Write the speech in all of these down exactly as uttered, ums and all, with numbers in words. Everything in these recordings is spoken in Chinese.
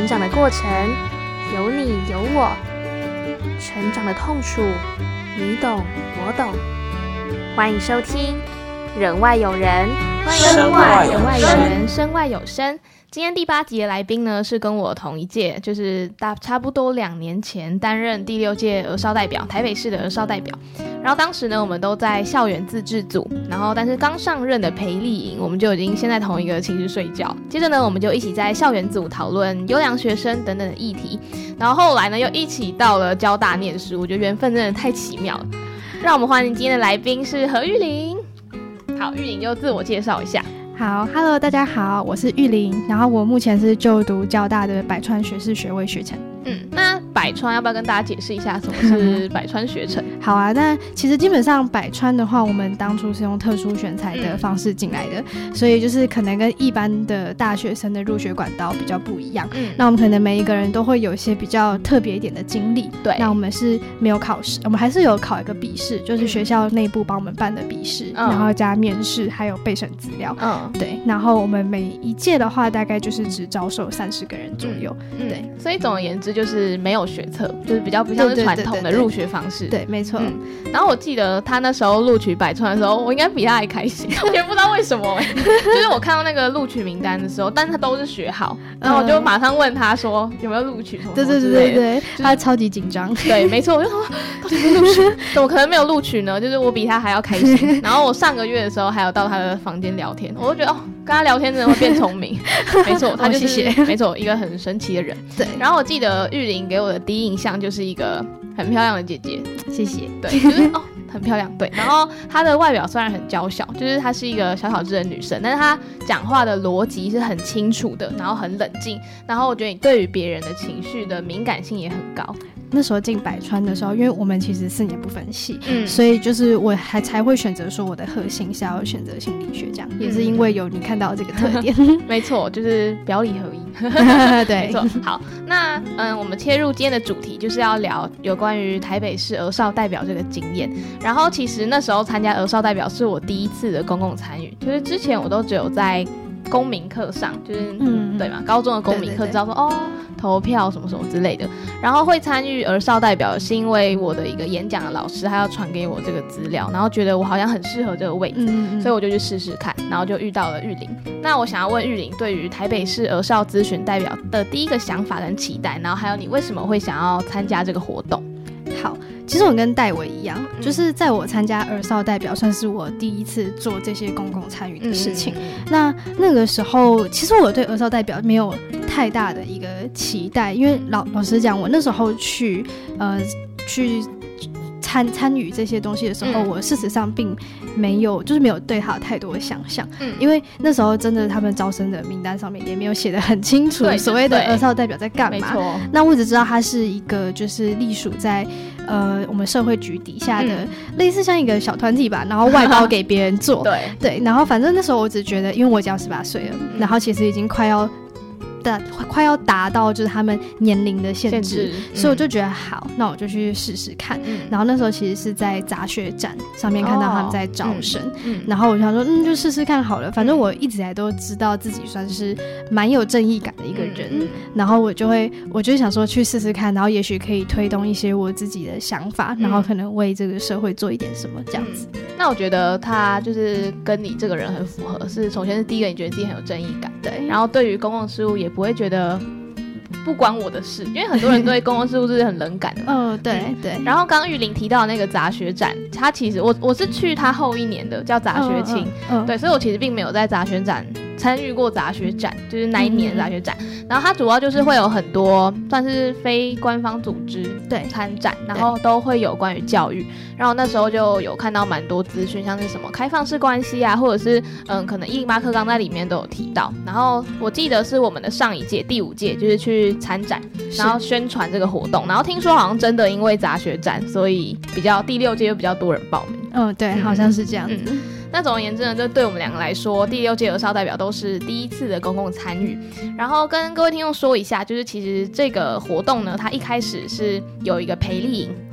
长的过程，有你有我，成长的痛楚，你懂我懂。欢迎收听人外有人， 身外有人外有声人，身外有声。今天第八集的来宾呢，是跟我同一届，就是大差不多两年前担任第六届儿少代表，台北市的儿少代表。然后当时呢，我们都在校园自治组，然后但是刚上任的培力营，我们就已经先在同一个寝室睡觉。接着呢，我们就一起在校园组讨论优良学生等等的议题。然后后来呢，又一起到了交大念书，我觉得缘分真的太奇妙了。让我们欢迎今天的来宾是何玉玲。好，玉玲就自我介绍一下。 好 ，Hello， 大家好，我是玉玲，然后我目前是就读交大的百川学士学位学程。 嗯，那百川要不要跟大家解释一下什么是百川学程？ 好啊，那其实基本上百川的话，我们当初是用特殊选材的方式进来的，嗯、所以就是可能跟一般的大学生的入学管道比较不一样。嗯，那我们可能每一个人都会有一些比较特别一点的经历。对，那我们是没有考试，我们还是有考一个笔试，就是学校内部帮我们办的笔试，嗯、然后加面试，还有备审资料。嗯，对，然后我们每一届的话，大概就是只招收三十个人左右。嗯，对， 所以总而言之就是没有学测，就是比较不像是传统的入学方式。 对，没错。嗯， 然后我记得他那时候录取百川的时候，我应该比他还开心，我也不知道为什么、欸。就是我看到那个录取名单的时候，但是他都是学好，然后我就马上问他说有没有录取什么什么之类的。 对对对对， 就是、 他超级紧张。 对，没错，我就说到底没录取，怎么可能没有录取呢？就是我比他还要开心。然后我上个月的时候还有到他的房间聊天，我就觉得哦，跟他聊天真的会变聪明。没错，他就是、哦、谢谢没错一个很神奇的人。对，然后我记得玉玲给我的第一印象就是一个很漂亮的姐姐。 谢谢。 对，就是哦。很漂亮，对。然后她的外表虽然很娇小，就是她是一个小小只的女生，但是她讲话的逻辑是很清楚的，然后很冷静。然后我觉得你对于别人的情绪的敏感性也很高。 那时候进百川的时候，因为我们其实四年不分系，嗯，所以就是我还才会选择说我的核心是要选择心理学，这样、嗯、也是因为有你看到这个特点。 没错，就是表里合一。 对， 没错。好，那嗯，我们切入今天的主题，就是要聊有关于台北市儿少代表这个经验。然后其实那时候参加儿少代表是我第一次的公共参与，就是之前我都只有在公民课上，就是嗯对嘛，高中的公民课知道说哦投票什么什么之类的。然后会参与儿少代表是因为我的一个演讲的老师他要传给我这个资料，然后觉得我好像很适合这个位置，嗯、所以我就去试试看，然后就遇到了玉玲。那我想要问玉玲对于台北市儿少咨询代表的第一个想法跟期待，然后还有你为什么会想要参加这个活动。 好，其实我跟戴维一样、嗯、就是在我参加儿少代表算是我第一次做这些公共参与的事情、嗯、那那个时候其实我对儿少代表没有太大的一个期待，因为老老实讲我那时候去呃去参参与这些东西的时候、嗯、我事实上并没有就是没有对他有太多的想象、嗯、因为那时候真的他们招生的名单上面也没有写得很清楚所谓的儿少代表在干嘛，那我只知道他是一个就是隶属在呃我们社会局底下的、嗯、类似像一个小团体吧，然后外包给别人做对对，然后反正那时候我只觉得因为我已经要十八岁了、嗯、然后其实已经快要快要达到就是他们年龄的限制, 限制、嗯、所以我就觉得好，那我就去试试看、嗯、然后那时候其实是在杂学展上面看到他们在招生、哦嗯、然后我想说嗯就试试看好了，反正我一直以来都知道自己算是蛮有正义感的一个人、嗯、然后我就会我就想说去试试看，然后也许可以推动一些我自己的想法、嗯、然后可能为这个社会做一点什么这样子、嗯、 那我觉得他就是跟你这个人很符合，是首先是第一个你觉得自己很有正义感，对，然后对于公共事务也不会觉得不关我的事，因为很多人对公共事务是很冷感的。嗯、哦，对对。然后刚刚玉玲提到的那个杂学展，他其实我我是去他后一年的，叫杂学青、嗯嗯嗯，对，所以我其实并没有在杂学展参与过杂学展，就是那一年的杂学展、嗯。然后它主要就是会有很多算是非官方组织对参展，然后都会有关于教育。然后那时候就有看到蛮多资讯，像是什么开放式关系啊，或者是嗯可能一零八课纲在里面都有提到。然后我记得是我们的上一届第五届就是去参展，然后宣传这个活动。然后听说好像真的因为杂学展，所以比较第六届又比较多人报名。 嗯，对，好像是这样子。嗯那总而言之呢，这对我们两个来说，第六届儿少代表都是第一次的公共参与。然后跟各位听众说一下，就是其实这个活动呢，它一开始是有一个培力营，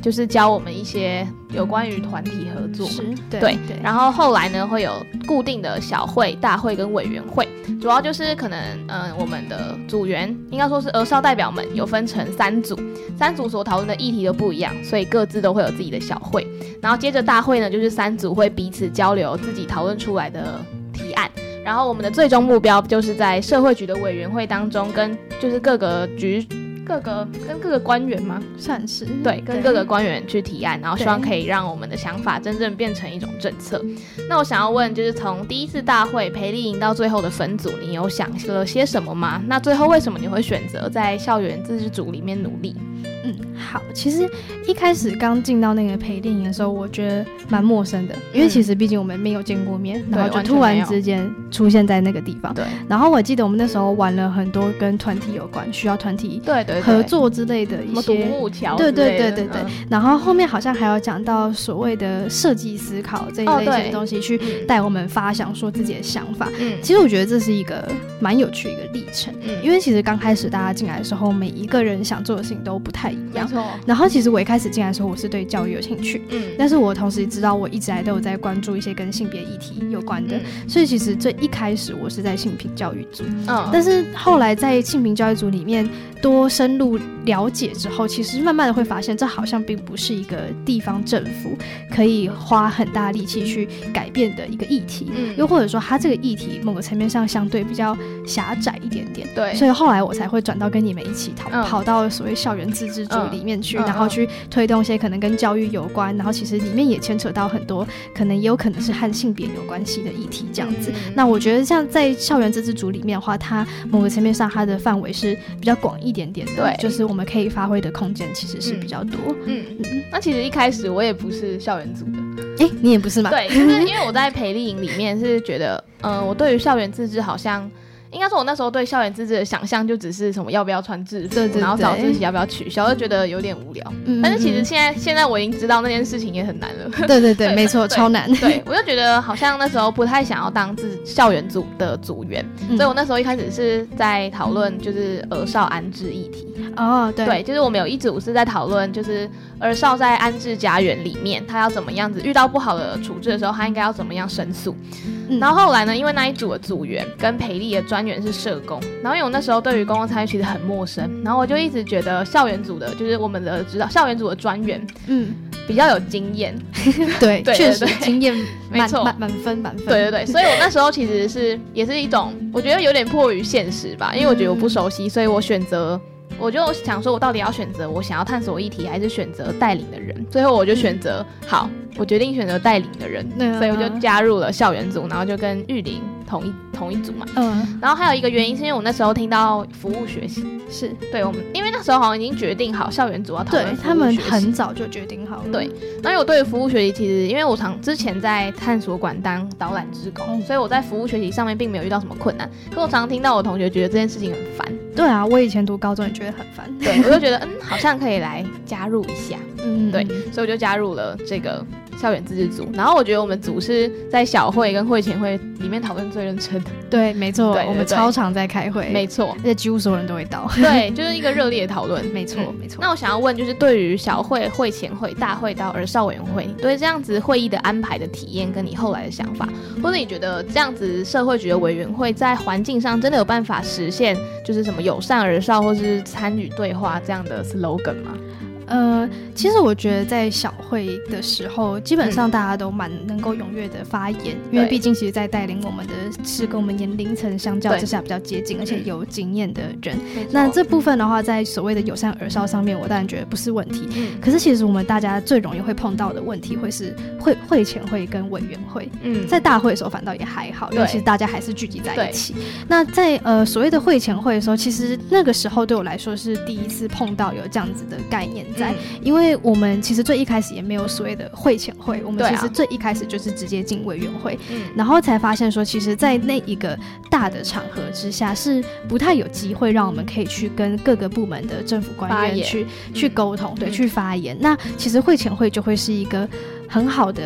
就是教我们一些有关于团体合作， 是，对对, 对。然后后来呢，会有固定的小会、大会跟委员会，主要就是可能，嗯、呃，我们的组员应该说是儿少代表们有分成三组，三组所讨论的议题都不一样，所以各自都会有自己的小会。然后接着大会呢，就是三组会彼此交流自己讨论出来的提案。然后我们的最终目标就是在社会局的委员会当中，跟就是各个局、各个跟各个官员吗？ 算是对，跟各个官员去提案，然后希望可以让我们的想法真正变成一种政策。那我想要问，就是从第一次大会培力营到最后的分组，你有想了些什么吗？那最后为什么你会选择在校园自治组里面努力？ 嗯，好，其实一开始刚进到那个培力营的时候，我觉得蛮陌生的，因为其实毕竟我们没有见过面，嗯、然后就突然之间出现在那个地方。对。然后我记得我们那时候玩了很多跟团体有关，需要团体合作之类的一些， 独木桥， 对对对对对。嗯、然后后面好像还有讲到所谓的设计思考这一类型的东西，去带我们发想说自己的想法。嗯。其实我觉得这是一个蛮有趣的一个历程，嗯，因为其实刚开始大家进来的时候，每一个人想做的事情都不太一样。然后其实我一开始进来的时候，我是对教育有兴趣，嗯，但是我同时知道我一直来都有在关注一些跟性别议题有关的，嗯、所以其实最一开始我是在性平教育组，嗯，但是后来在性平教育组里面多深入了解之后，其实慢慢的会发现，这好像并不是一个地方政府可以花很大力气去改变的一个议题，嗯，又或者说它这个议题某个层面上相对比较狭窄一点点，对，所以后来我才会转到跟你们一起跑、嗯、跑到所谓校园自治组里面去、嗯、然后去推动一些可能跟教育有关，然后其实里面也牵扯到很多可能也有可能是和性别有关系的议题这样子、嗯、那我觉得像在校园自治组里面的话，它某个层面上它的范围是比较广一点点的，对，就是我们可以发挥的空间其实是比较多。嗯 嗯, 嗯， 那其实一开始我也不是校园组的。 哎，你也不是吗？ 对，就是因为我在培力营里面是觉得，嗯、呃，我对于校园自治好像。应该说我那时候对校园自治的想象就只是什么要不要穿制服，对对对，然后早自习要不要取消，就觉得有点无聊、嗯、但是其实现在现在我已经知道那件事情也很难了。 对对 对, 对没错，超难。 对，我就觉得好像那时候不太想要当自校园组的组员、嗯、所以我那时候一开始是在讨论就是儿少安置议题。 哦，对对，就是我们有一组是在讨论就是儿少在安置家园里面他要怎么样子，遇到不好的处置的时候他应该要怎么样申诉、嗯、然后后来呢，因为那一组的组员跟培力的专员是社工，然后因为我那时候对于公共参与其实很陌生，然后我就一直觉得校园组的就是我们的指导校园组的专员嗯比较有经验。 对，确实经验没错， 满分满分。 对对对，所以我那时候其实是也是一种我觉得有点迫于现实吧，因为我觉得我不熟悉，所以我选择我就想说我到底要选择我想要探索议题还是选择带领的人，最后我就选择、嗯、好我决定选择带领的人、嗯、所以我就加入了校园组，然后就跟玉玲同一同一组嘛。嗯，然后还有一个原因是因为我那时候听到服务学习，是对我们因为那时候好像已经决定好校园组要讨论服务学习， 对，他们很早就决定好了。 对，然后我对服务学习其实因为我常之前在探索馆当导览志工、嗯、所以我在服务学习上面并没有遇到什么困难，可我常听到我同学觉得这件事情很烦。 对啊，我以前读高中也觉得很烦。 对，我就觉得嗯好像可以来加入一下。嗯，对，所以我就加入了这个校园自治组，然后我觉得我们组是在小会跟会前会里面讨论最认真的。 对，没错，我们超常在开会， 没错， 而且几乎所有人都会到。 对，就是一个热烈的讨论。 没错、嗯、没错。 那我想要问，就是对于小会、会前会、大会到儿少委员会，你对这样子会议的安排的体验，跟你后来的想法，或者你觉得这样子社会局的委员会在环境上真的有办法实现，就是什么友善儿少或是参与对话这样的 slogan 吗？ 呃，其实我觉得在小会的时候，基本上大家都蛮能够踊跃的发言、嗯，因为毕竟其实在带领我们的是跟我们年龄层相较之下比较接近，而且有经验的人。那这部分的话，在所谓的友善儿少上面，我当然觉得不是问题。嗯、可是其实我们大家最容易会碰到的问题，会是会会前会跟委员会。嗯，在大会的时候反倒也还好，因为其实大家还是聚集在一起。那在呃所谓的会前会的时候，其实那个时候对我来说是第一次碰到有这样子的概念。在、嗯，因为我们其实最一开始也没有所谓的会前会，我们其实最一开始就是直接进委员会、嗯，然后才发现说，其实，在那一个大的场合之下，是不太有机会让我们可以去跟各个部门的政府官员去去沟通，对、嗯，去发言。那其实会前会就会是一个很好的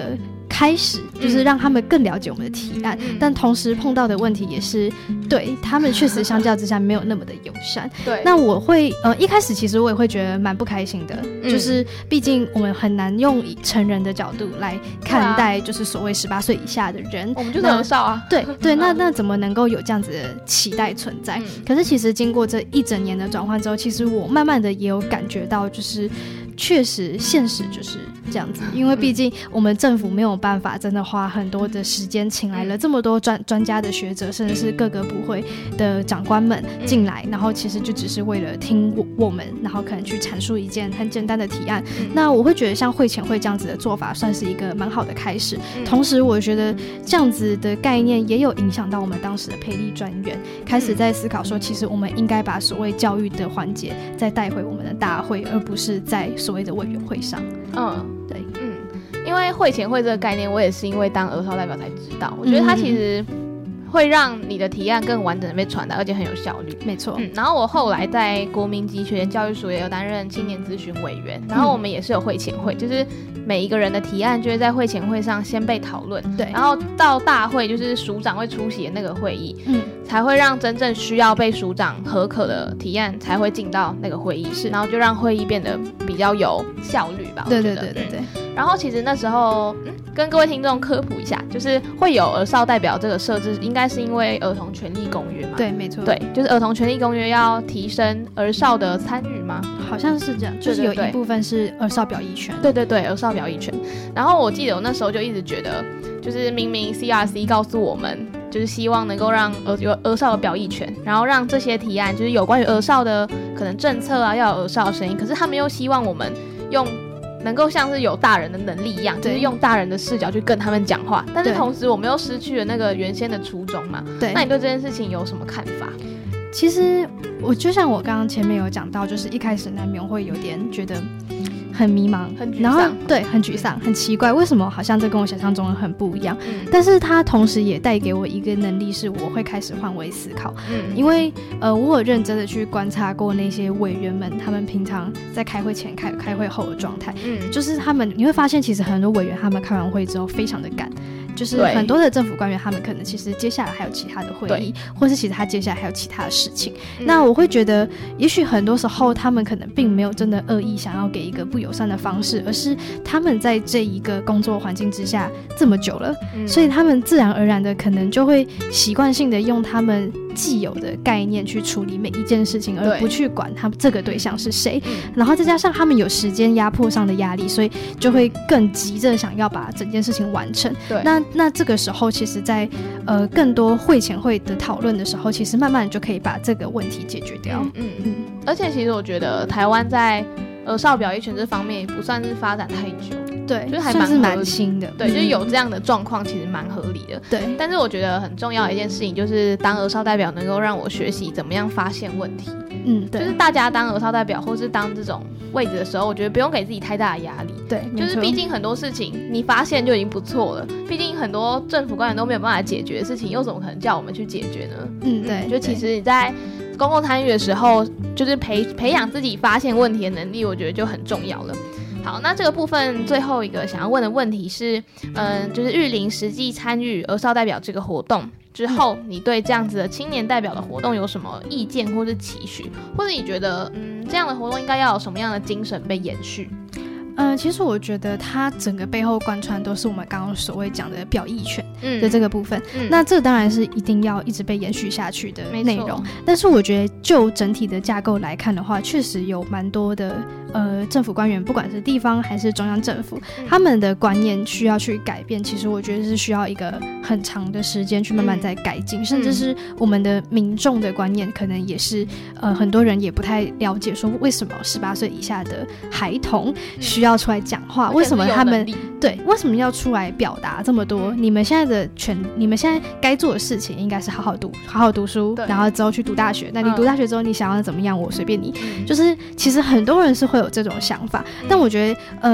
开始，就是让他们更了解我们的提案，嗯、但同时碰到的问题也是，对他们确实相较之下没有那么的友善。 对， 那我会呃一开始其实我也会觉得蛮不开心的，嗯、就是毕竟我们很难用以成人的角度来看待，就是所谓十八岁以下的人， 我们就是儿少啊。 对对，那那怎么能够有这样子的期待存在？嗯、可是其实经过这一整年的转换之后，其实我慢慢的也有感觉到，就是确实现实就是这样子，因为毕竟我们政府没有办法真的花很多的时间请来了这么多专专家的学者，甚至是各个部会的长官们进来，然后其实就只是为了听 我, 我们，然后可能去阐述一件很简单的提案。那我会觉得像会前会这样子的做法算是一个蛮好的开始，同时我觉得这样子的概念也有影响到我们当时的培力专员，开始在思考说其实我们应该把所谓教育的环节再带回我们的大会，而不是在所谓的委员会上。 嗯，对，嗯，因为会前会这个概念我也是因为当儿少代表才知道，我觉得它其实会让你的提案更完整的被传达，而且很有效率。 没错， 嗯，然后我后来在国民级学前教育署也有担任青年咨询委员，然后我们也是有会前会，就是每一个人的提案就会在会前会上先被讨论，对，然后到大会就是署长会出席的那个会议，嗯，才会让真正需要被署长核可的提案才会进到那个会议室，然后就让会议变得比较有效率吧。 对对对对对。 嗯、然后其实那时候、嗯、跟各位听众科普一下，就是会有儿少代表这个设置，应该是因为儿童权利公约嘛。 对，没错。 对，就是儿童权利公约要提升儿少的参与吗？ 好像是这样，就是有一部分是儿少表意权。 对对对，儿少表意权。然后我记得我那时候就一直觉得，就是明明 C R C 告诉我们，就是希望能够让儿有儿少的表意权，然后让这些提案就是有关于儿少的可能政策啊，要有儿少的声音。可是他们又希望我们用能够像是有大人的能力一样，就是用大人的视角去跟他们讲话。但是同时我们又失去了那个原先的初衷嘛。对，那你对这件事情有什么看法？ 其实我就像我刚刚前面有讲到，就是一开始难免会有点觉得很迷茫， 很沮丧， 然后对，很沮丧，很奇怪，为什么好像这跟我想象中的很不一样？嗯、但是它同时也带给我一个能力，是我会开始换位思考。嗯，因为呃，我有认真的去观察过那些委员们，他们平常在开会前、开开会后的状态。嗯，就是他们你会发现，其实很多委员他们开完会之后非常的赶。就是很多的政府官员，他们可能其实接下来还有其他的会议，或是其实他接下来还有其他的事情。嗯、那我会觉得，也许很多时候他们可能并没有真的恶意想要给一个不友善的方式，而是他们在这一个工作环境之下这么久了，嗯、所以他们自然而然的可能就会习惯性的用他们既有的概念去处理每一件事情，而不去管他们这个对象是谁。然后再加上他们有时间压迫上的压力，所以就会更急着想要把整件事情完成。对，那那这个时候，其实在呃更多会前会的讨论的时候，其实慢慢就可以把这个问题解决掉。嗯 嗯, 嗯， 而且其实我觉得台湾在儿少表意权这方面也不算是发展太久。 对， 就是还蛮蛮新的，对，就是有这样的状况，其实蛮合理的。对，但是我觉得很重要的一件事情，就是当儿少代表能够让我学习怎么样发现问题。嗯，对，就是大家当儿少代表或是当这种位置的时候，我觉得不用给自己太大的压力。对，就是毕竟很多事情你发现就已经不错了，毕竟很多政府官员都没有办法解决的事情，又怎么可能叫我们去解决呢？嗯，对，就其实你在公共参与的时候，就是培培养自己发现问题的能力，我觉得就很重要了。好，那这个部分最后一个想要问的问题是，嗯，就是玉玲实际参与儿少代表这个活动之后，你对这样子的青年代表的活动有什么意见或是期许，或者你觉得，嗯，这样的活动应该要有什么样的精神被延续？ 嗯，其实我觉得它整个背后贯穿都是我们刚刚所谓讲的表意权的这个部分。嗯、那这当然是一定要一直被延续下去的内容。但是我觉得就整体的架构来看的话，确实有蛮多的呃政府官员，不管是地方还是中央政府，嗯、他们的观念需要去改变。其实我觉得是需要一个很长的时间去慢慢在改进，嗯、甚至是我们的民众的观念，可能也是呃很多人也不太了解，说为什么十八岁以下的孩童需要要出来讲话，为什么他们对为什么要出来表达这么多？你们现在的权，你们现在该做的事情应该是好好读，好好读书，然后之后去读大学。那你读大学之后，你想要怎么样，我随便你。嗯、就是其实很多人是会有这种想法，嗯、但我觉得呃。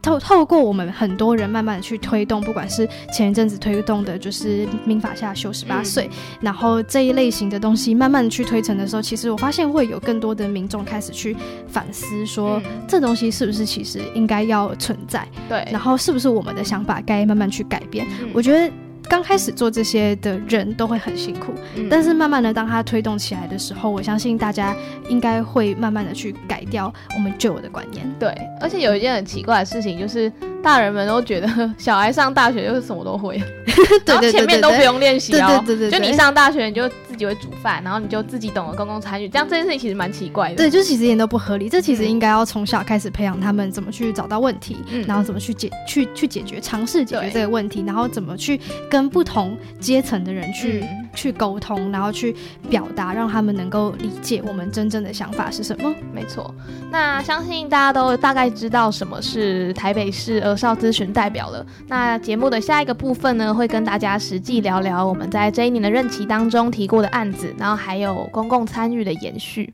透透过我们很多人慢慢的去推动，不管是前一阵子推动的就是民法下修十八岁，然后这一类型的东西慢慢的去推陈的时候，其实我发现会有更多的民众开始去反思说、嗯、这东西是不是其实应该要存在，对，然后是不是我们的想法该慢慢去改变、嗯、我觉得刚开始做这些的人都会很辛苦、嗯、但是慢慢的当他推动起来的时候，我相信大家应该会慢慢的去改掉我们旧有的观念。 对，而且有一件很奇怪的事情，就是大人们都觉得小孩上大学就是什么都会然后前面都不用练习哦，对对对，就你上大学你就自己会煮饭，然后你就自己懂得公共参与，这样这件事情其实蛮奇怪的。 对，就其实一点都不合理，这其实应该要从小开始培养他们怎么去找到问题、嗯、然后怎么去解去去解决尝试解决这个问题，然后怎么去跟不同阶层的人去、嗯、去沟通，然后去表达，让他们能够理解我们真正的想法是什么。 没错，那相信大家都大概知道什么是台北市儿少咨询代表了。那节目的下一个部分呢，会跟大家实际聊聊我们在这一年的任期当中提过的案子，然后还有公共参与的延续。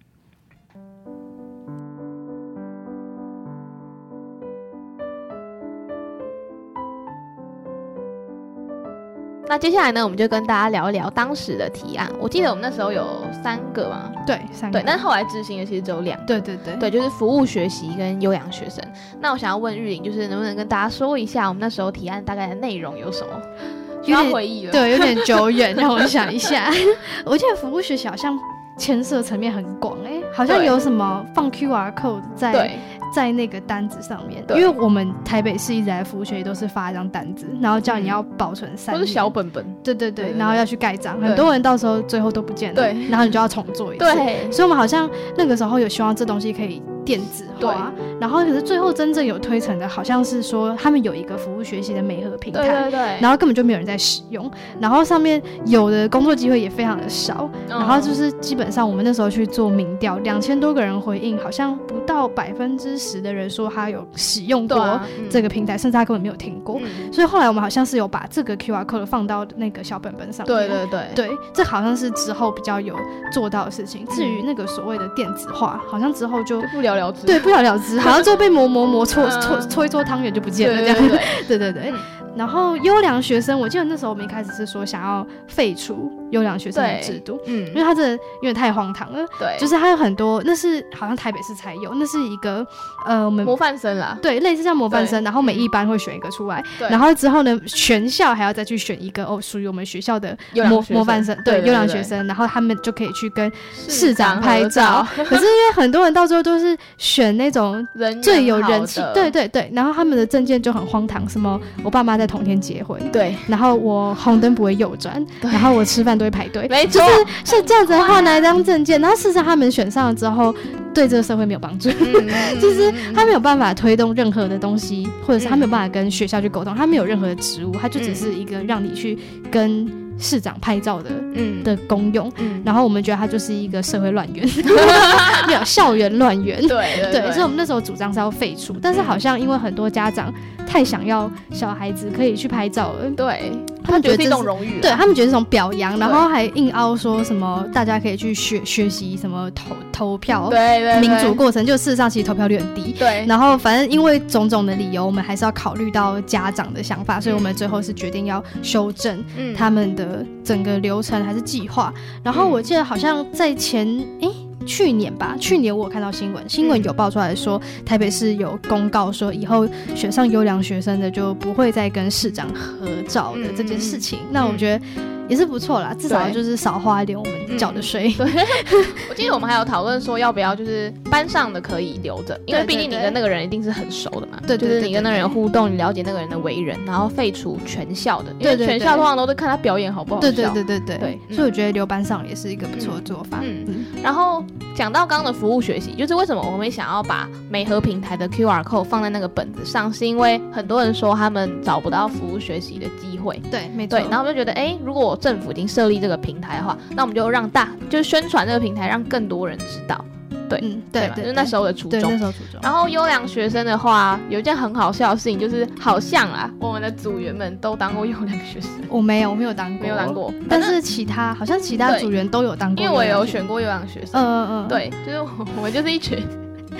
那接下来呢，我们就跟大家聊一聊当时的提案。我记得我们那时候有三个嘛， 对，三个，对， 但是后来执行的其实只有两个， 对对对， 对，就是服务学习跟优良学生。那我想要问玉玲，就是能不能跟大家说一下我们那时候提案大概的内容有什么？需要回忆了， 对，有点久远，让我想一下。我记得服务学习好像牵涉层面很广，哎、欸，好像有什么放 Q R code 在在那个单子上面，因为我们台北市一直来服务学习都是发一张单子，然后叫你要保存三年， 或是小本本， 对对 对, 对, 对，然后要去盖章，很多人到时候最后都不见了，对，然后你就要重做一次，对，所以我们好像那个时候有希望这东西可以电子化，然后可是最后真正有推成的好像是说他们有一个服务学习的媒合平台，对对对，然后根本就没有人在使用，然后上面有的工作机会也非常的少、嗯、然后就是基本上我们那时候去做民调，两千多个人回应，好像不到百分之十的人说他有使用过这个平台、啊嗯、甚至他根本没有听过、嗯、所以后来我们好像是有把这个 Q R code 放到那个小本本上面，对对对对，这好像是之后比较有做到的事情。至于那个所谓的电子化，好像之后就不了了之， 对，不了了之，好像就被磨磨磨搓搓搓一搓汤圆就不见了这样，对对对。然后优良学生，我记得那时候我们一开始是说想要废除优良学生的制度，嗯，因为它真的有点太荒唐了，对，就是它有很多，那是好像台北市才有，那是一个呃我们模范生啦， 对，类似像模范生，然后每一班会选一个出来，然后之后呢全校还要再去选一个哦属于我们学校的模模范生，对，优良学生，然后他们就可以去跟市长拍照，可是因为很多人到最后都是选那种最有人气，对对对，然后他们的证件就很荒唐，什么我爸妈在同天结婚，对，然后我红灯不会右转，然后我吃饭都会排队，没错，就是是这样子的话拿一张证件，然后事实上他们选上了之后对这个社会没有帮助、嗯、就是他没有办法推动任何的东西，或者是他没有办法跟学校去沟通，他没有任何的职务，他就只是一个让你去跟市长拍照的、嗯、的功用、嗯、然后我们觉得它就是一个社会乱源没有校园乱源，对 对, 对, 对，所以我们那时候主张是要废除，但是好像因为很多家长太想要小孩子可以去拍照了，对，他们觉得这是一种荣誉，对，他们觉得是一种表扬，然后还硬凹说什么大家可以去学学习什么投投票，对对对，民主过程，就事实上其实投票率很低，对，然后反正因为种种的理由，我们还是要考虑到家长的想法，所以我们最后是决定要修正他们的整个流程还是计划。然后我记得好像在前诶去年吧，去年我有看到新闻，新闻有爆出来说台北市有公告说以后选上优良学生的就不会再跟市长合照的这件事情、嗯、那我觉得也是不错啦，至少就是少花一点我们缴的税、嗯、对我记得我们还有讨论说要不要就是班上的可以留着，因为毕竟你跟那个人一定是很熟的嘛，对对对对，就是你跟那个人互动，你了解那个人的为人，然后废除全校的，因为全校通常都是看他表演好不好笑，对对对对 对, 对、嗯、所以我觉得留班上也是一个不错的做法。嗯嗯，然后讲到刚刚的服务学习，就是为什么我们想要把媒合平台的 Q R code 放在那个本子上，是因为很多人说他们找不到服务学习的机会，对，没错，对，然后我们就觉得哎，如果政府已经设立这个平台的话，那我们就让大就是宣传这个平台，让更多人知道。对、嗯、对, 对吧，就是那时候的初衷。对，那时候初衷。然后优良学生的话，有一件很好笑的事情，就是好像啊，我们的组员们都当过优良学生。 我没有，我没有当过， 没有当过。 但是其他好像其他组员都有当过， 因为我有选过优良学生。嗯嗯嗯。对，就是我们就是一群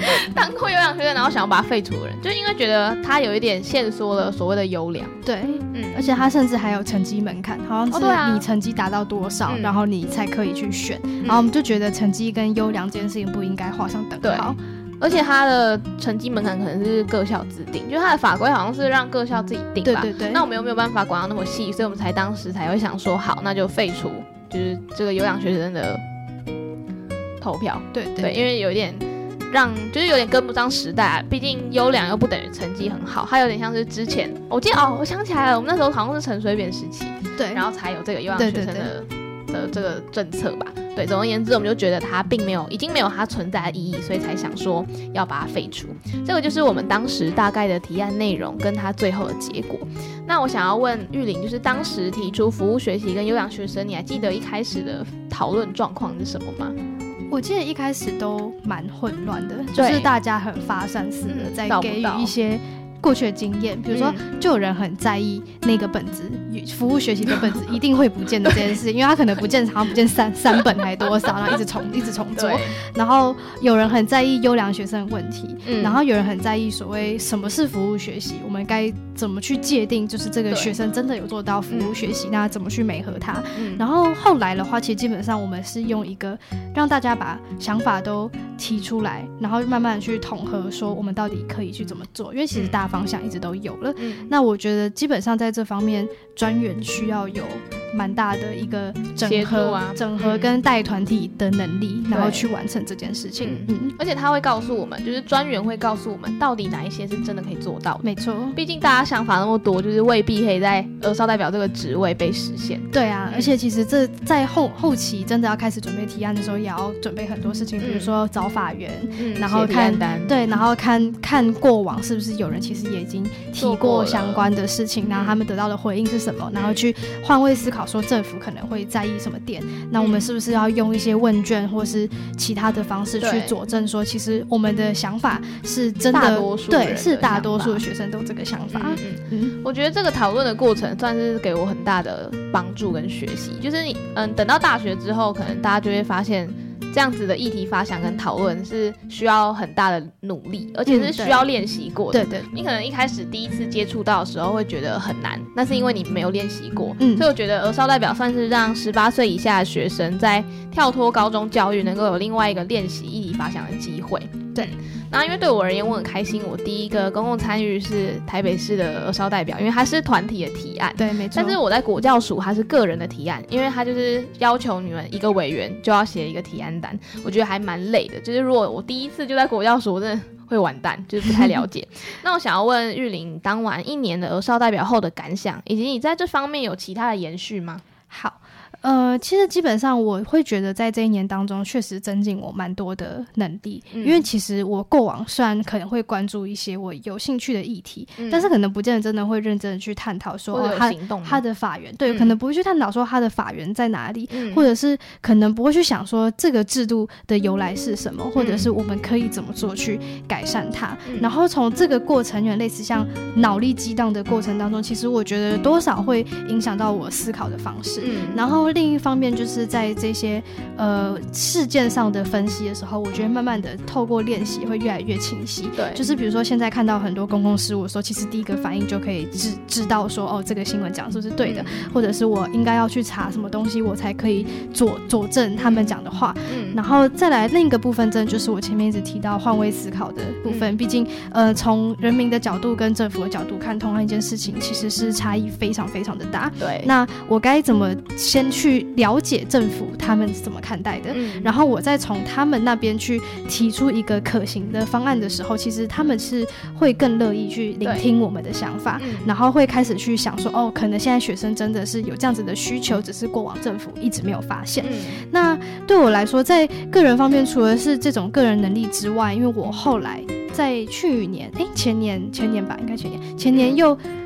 当过优良学生然后想要把他废除的人，就因为觉得他有一点限缩了所谓的优良。 对，嗯，而且他甚至还有成绩门槛，好像是你成绩达到多少、哦啊、然后你才可以去选、嗯、然后我们就觉得成绩跟优良这件事情不应该画上等号。 而且他的成绩门槛可能是各校自定，就是他的法规好像是让各校自己定吧。 对对对。 那我们又没有办法管到那么细，所以我们才当时才会想说，好，那就废除就是这个优良学生的投票。 对 对, 对，因为有点让就是有点跟不上时代、啊，毕竟优良又不等于成绩很好，它有点像是之前我记得哦，我想起来了，我们那时候好像是陈水扁时期， 对， 然后才有这个优良学生的。对对对的这个政策吧。对，总而言之我们就觉得它并没有已经没有它存在的意义，所以才想说要把它废除。这个就是我们当时大概的提案内容跟它最后的结果。那我想要问玉玲，就是当时提出服务学习跟优良学生，你还记得一开始的讨论状况是什么吗？ 我记得一开始都蛮混乱的，就是大家很发散似的在给予一些过去的经验，比如说就有人很在意那个本子，服务学习的本子一定会不见的这件事，因为他可能不见好像不见三三本还多少，然后一直重一直重做。然后有人很在意优良学生的问题、嗯、然后有人很在意所谓什么是服务学习，我们该怎么去界定，就是这个学生真的有做到服务学习，那怎么去媒合他、嗯、然后后来的话其实基本上我们是用一个让大家把想法都提出来，然后慢慢去统合说我们到底可以去怎么做，因为其实大方向一直都有了、嗯、那我觉得基本上在这方面专员需要有蛮大的一个整合、啊、整合跟带团体的能力、嗯、然后去完成这件事情、嗯嗯、而且他会告诉我们，就是专员会告诉我们到底哪一些是真的可以做到的。 没错， 毕竟大家想法那么多，就是未必可以在儿少代表这个职位被实现。 对啊、嗯、而且其实这在 后, 后期真的要开始准备提案的时候也要准备很多事情、嗯、比如说找法源、嗯、然后看对，然后看看过往是不是有人其实也已经提过相关的事情，然后他们得到的回应是什么、嗯、然后去换位思考说政府可能会在意什么点，那我们是不是要用一些问卷或是其他的方式去佐证说其实我们的想法是真的， 大多数对是大多数的学生都有这个想法。嗯嗯嗯，我觉得这个讨论的过程算是给我很大的帮助跟学习，就是你嗯等到大学之后可能大家就会发现这样子的议题发想跟讨论是需要很大的努力，而且是需要练习过的、 嗯、对, 对对， 你可能一开始第一次接触到的时候会觉得很难，那是因为你没有练习过、嗯、所以我觉得儿少代表算是让十八岁以下的学生在跳脱高中教育能够有另外一个练习议题发想的机会。对，那因为对我而言我很开心，我第一个公共参与是台北市的儿少代表，因为它是团体的提案。 对，没错。 但是我在国教署它是个人的提案，因为它就是要求你们一个委员就要写一个提案单，我觉得还蛮累的，就是如果我第一次就在国教署我真的会完蛋，就是不太了解那我想要问玉玲，当完一年的儿少代表后的感想，以及你在这方面有其他的延续吗？ 好，呃，其实基本上我会觉得在这一年当中确实增进我蛮多的能力、嗯、因为其实我过往虽然可能会关注一些我有兴趣的议题、嗯、但是可能不见得真的会认真的去探讨说、哦、他, 他的法源对、嗯、可能不会去探讨说他的法源在哪里、嗯、或者是可能不会去想说这个制度的由来是什么、嗯、或者是我们可以怎么做去改善它、嗯、然后从这个过程有点类似像脑力激荡的过程当中，其实我觉得多少会影响到我思考的方式、嗯、然后另一方面就是在这些呃事件上的分析的时候，我觉得慢慢的透过练习会越来越清晰。对，就是比如说现在看到很多公共事务的时候，其实第一个反应就可以 知, 知道说哦这个新闻讲是不是对的、嗯、或者是我应该要去查什么东西我才可以佐佐证他们讲的话、嗯、然后再来另一个部分真的就是我前面一直提到换位思考的部分、嗯、毕竟呃从人民的角度跟政府的角度看同样一件事情其实是差异非常非常的大。对，那我该怎么先去了解政府他们是怎么看待的、嗯、然后我再从他们那边去提出一个可行的方案的时候，其实他们是会更乐意去聆听我们的想法、嗯、然后会开始去想说哦可能现在学生真的是有这样子的需求，只是过往政府一直没有发现、嗯、那对我来说在个人方面除了是这种个人能力之外，因为我后来在去年哎前年前年吧应该前年前年又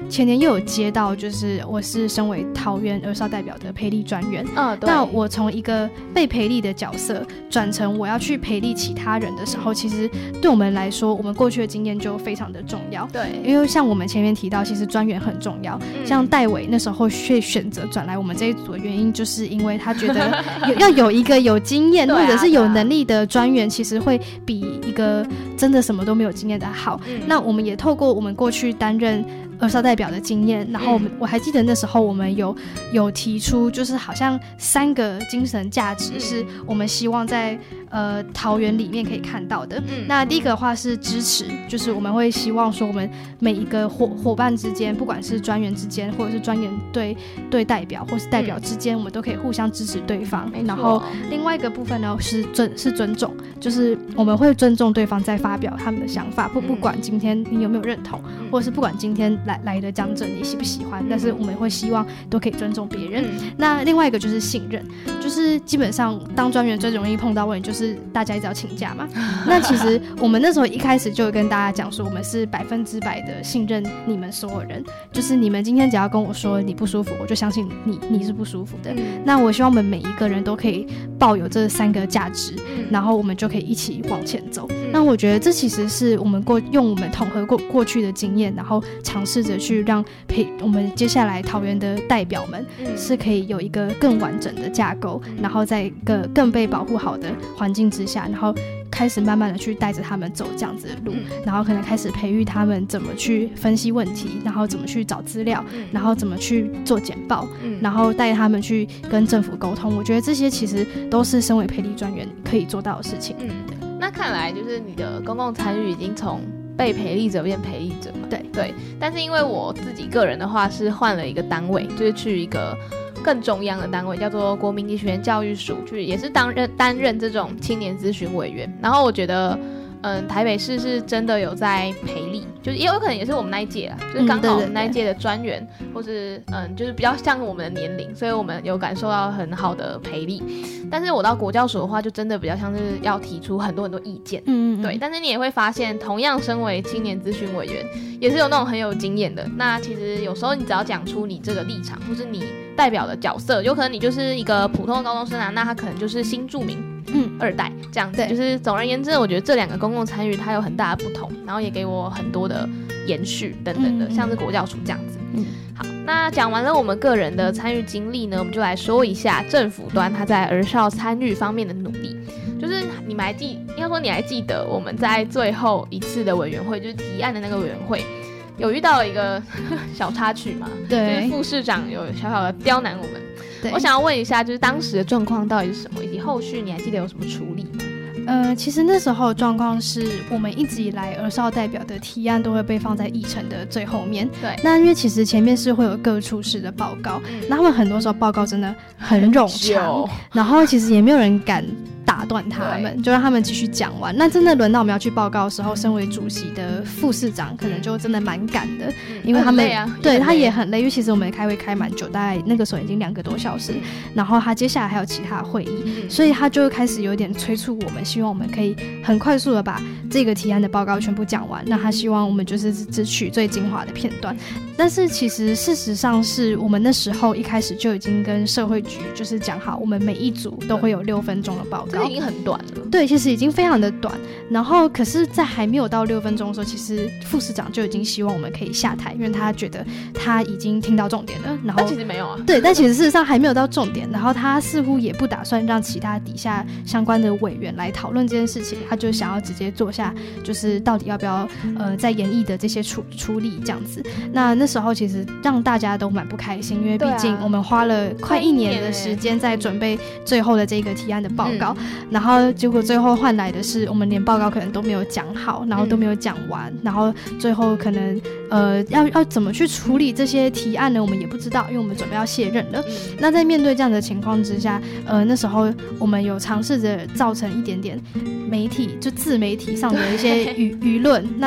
前年又有接到，就是我是身为桃园儿少代表的培力专员， 嗯，对。 那我从一个被培力的角色转成我要去培力其他人的时候，其实对我们来说，我们过去的经验就非常的重要。 对， 因为像我们前面提到，其实专员很重要。嗯、像戴伟那时候会选择转来我们这一组的原因，就是因为他觉得有要有一个有经验或者是有能力的专员，其实会比一个真的什么都没有经验的好。嗯、那我们也透过我们过去担任儿少代表的经验，然后我们、嗯、我还记得那时候我们有有提出，就是好像三个精神价值是我们希望在呃桃园里面可以看到的。嗯、那第一个的话是支持，就是我们会希望说我们每一个伙伙伴之间，不管是专员之间，或者是专员对对代表，或是代表之间，嗯、我们都可以互相支持对方。然后另外一个部分呢是尊是尊重，就是我们会尊重对方在发表他们的想法，不不管今天你有没有认同，嗯、或者是不管今天来来的讲者你喜不喜欢，嗯、但是我们会希望都可以尊重别人。嗯、那另外一个就是信任，就是基本上当专员最容易碰到问题就是大家一直要请假嘛。那其实我们那时候一开始就跟大家讲说，我们是百分之百的信任你们所有人，就是你们今天只要跟我说你不舒服，我就相信你你是不舒服的。嗯、那我希望我们每一个人都可以抱有这三个价值，嗯、然后我们就可以一起往前走。嗯、那我觉得这其实是我们过用我们统合过过去的经验，然后尝试着去让陪我们接下来桃园的代表们是可以有一个更完整的架构，嗯、然后在一个更被保护好的环境之下，然后开始慢慢的去带着他们走这样子的路，嗯、然后可能开始培育他们怎么去分析问题，然后怎么去找资料，嗯、然后怎么去做简报，嗯、然后带他们去跟政府沟通。我觉得这些其实都是身为培力专员可以做到的事情。 嗯，那看来就是你的公共参与已经从被培力者变培力者嘛。 对对，但是因为我自己个人的话是换了一个单位，就是去一个更中央的单位，叫做国民级学院教育署，就是也是担任担任这种青年咨询委员。然后我觉得嗯，台北市是真的有在培力，就是也有可能也是我们那一届啦，就是刚好我们那一届的专员，嗯、对对对，或是嗯，就是比较像我们的年龄，所以我们有感受到很好的培力。但是我到国教署的话，就真的比较像是要提出很多很多意见，嗯嗯嗯，对。但是你也会发现，同样身为青年咨询委员，也是有那种很有经验的。那其实有时候你只要讲出你这个立场，或是你代表的角色，有可能你就是一个普通的高中生啊，那他可能就是新住民。嗯，二代这样子，就是总而言之，我觉得这两个公共参与它有很大的不同，然后也给我很多的延续等等的，嗯、像是国教署这样子。嗯，好，那讲完了我们个人的参与经历呢，我们就来说一下政府端它在儿少参与方面的努力。就是你们还记，应该说你还记得我们在最后一次的委员会，就是提案的那个委员会，有遇到了一个小插曲嘛？对，就是副市长有小小的刁难我们。我想要问一下，就是当时的状况到底是什么，以及后续你还记得有什么处理吗？ 呃，其实那时候状况是我们一直以来儿少代表的提案都会被放在议程的最后面。对，那因为其实前面是会有各处室的报告，嗯、那他们很多时候报告真的很冗长，然后其实也没有人敢打断他们，就让他们继续讲完。那真的轮到我们要去报告的时候，身为主席的副市长可能就真的蛮赶的，嗯、因为他们、啊、对他也很累，因为其实我们开会开蛮久，大概那个时候已经两个多小时，嗯、然后他接下来还有其他会议，嗯、所以他就开始有点催促我们，希望我们可以很快速的把这个提案的报告全部讲完。那他希望我们就是只取最精华的片段，但是其实事实上是我们那时候一开始就已经跟社会局就是讲好，我们每一组都会有六分钟的报告。 这已经很短了， 对，其实已经非常的短。然后，可是，在还没有到六分钟的时候，其实副市长就已经希望我们可以下台，因为他觉得他已经听到重点了。然后， 但其实没有啊。对， 但其实事实上还没有到重点。然后他似乎也不打算让其他底下相关的委员来讨论这件事情，他就想要直接做下，就是到底要不要呃在研议的这些处处理这样子。那那时候其实让大家都蛮不开心，因为毕竟我们花了快一年的时间在准备最后的这个提案的报告。嗯然后结果最后换来的是，我们连报告可能都没有讲好，然后都没有讲完，嗯、然后最后可能呃要要怎么去处理这些提案呢？我们也不知道，因为我们准备要卸任了。嗯、那在面对这样的情况之下，呃那时候我们有尝试着造成一点点媒体就自媒体上的一些舆舆论，那就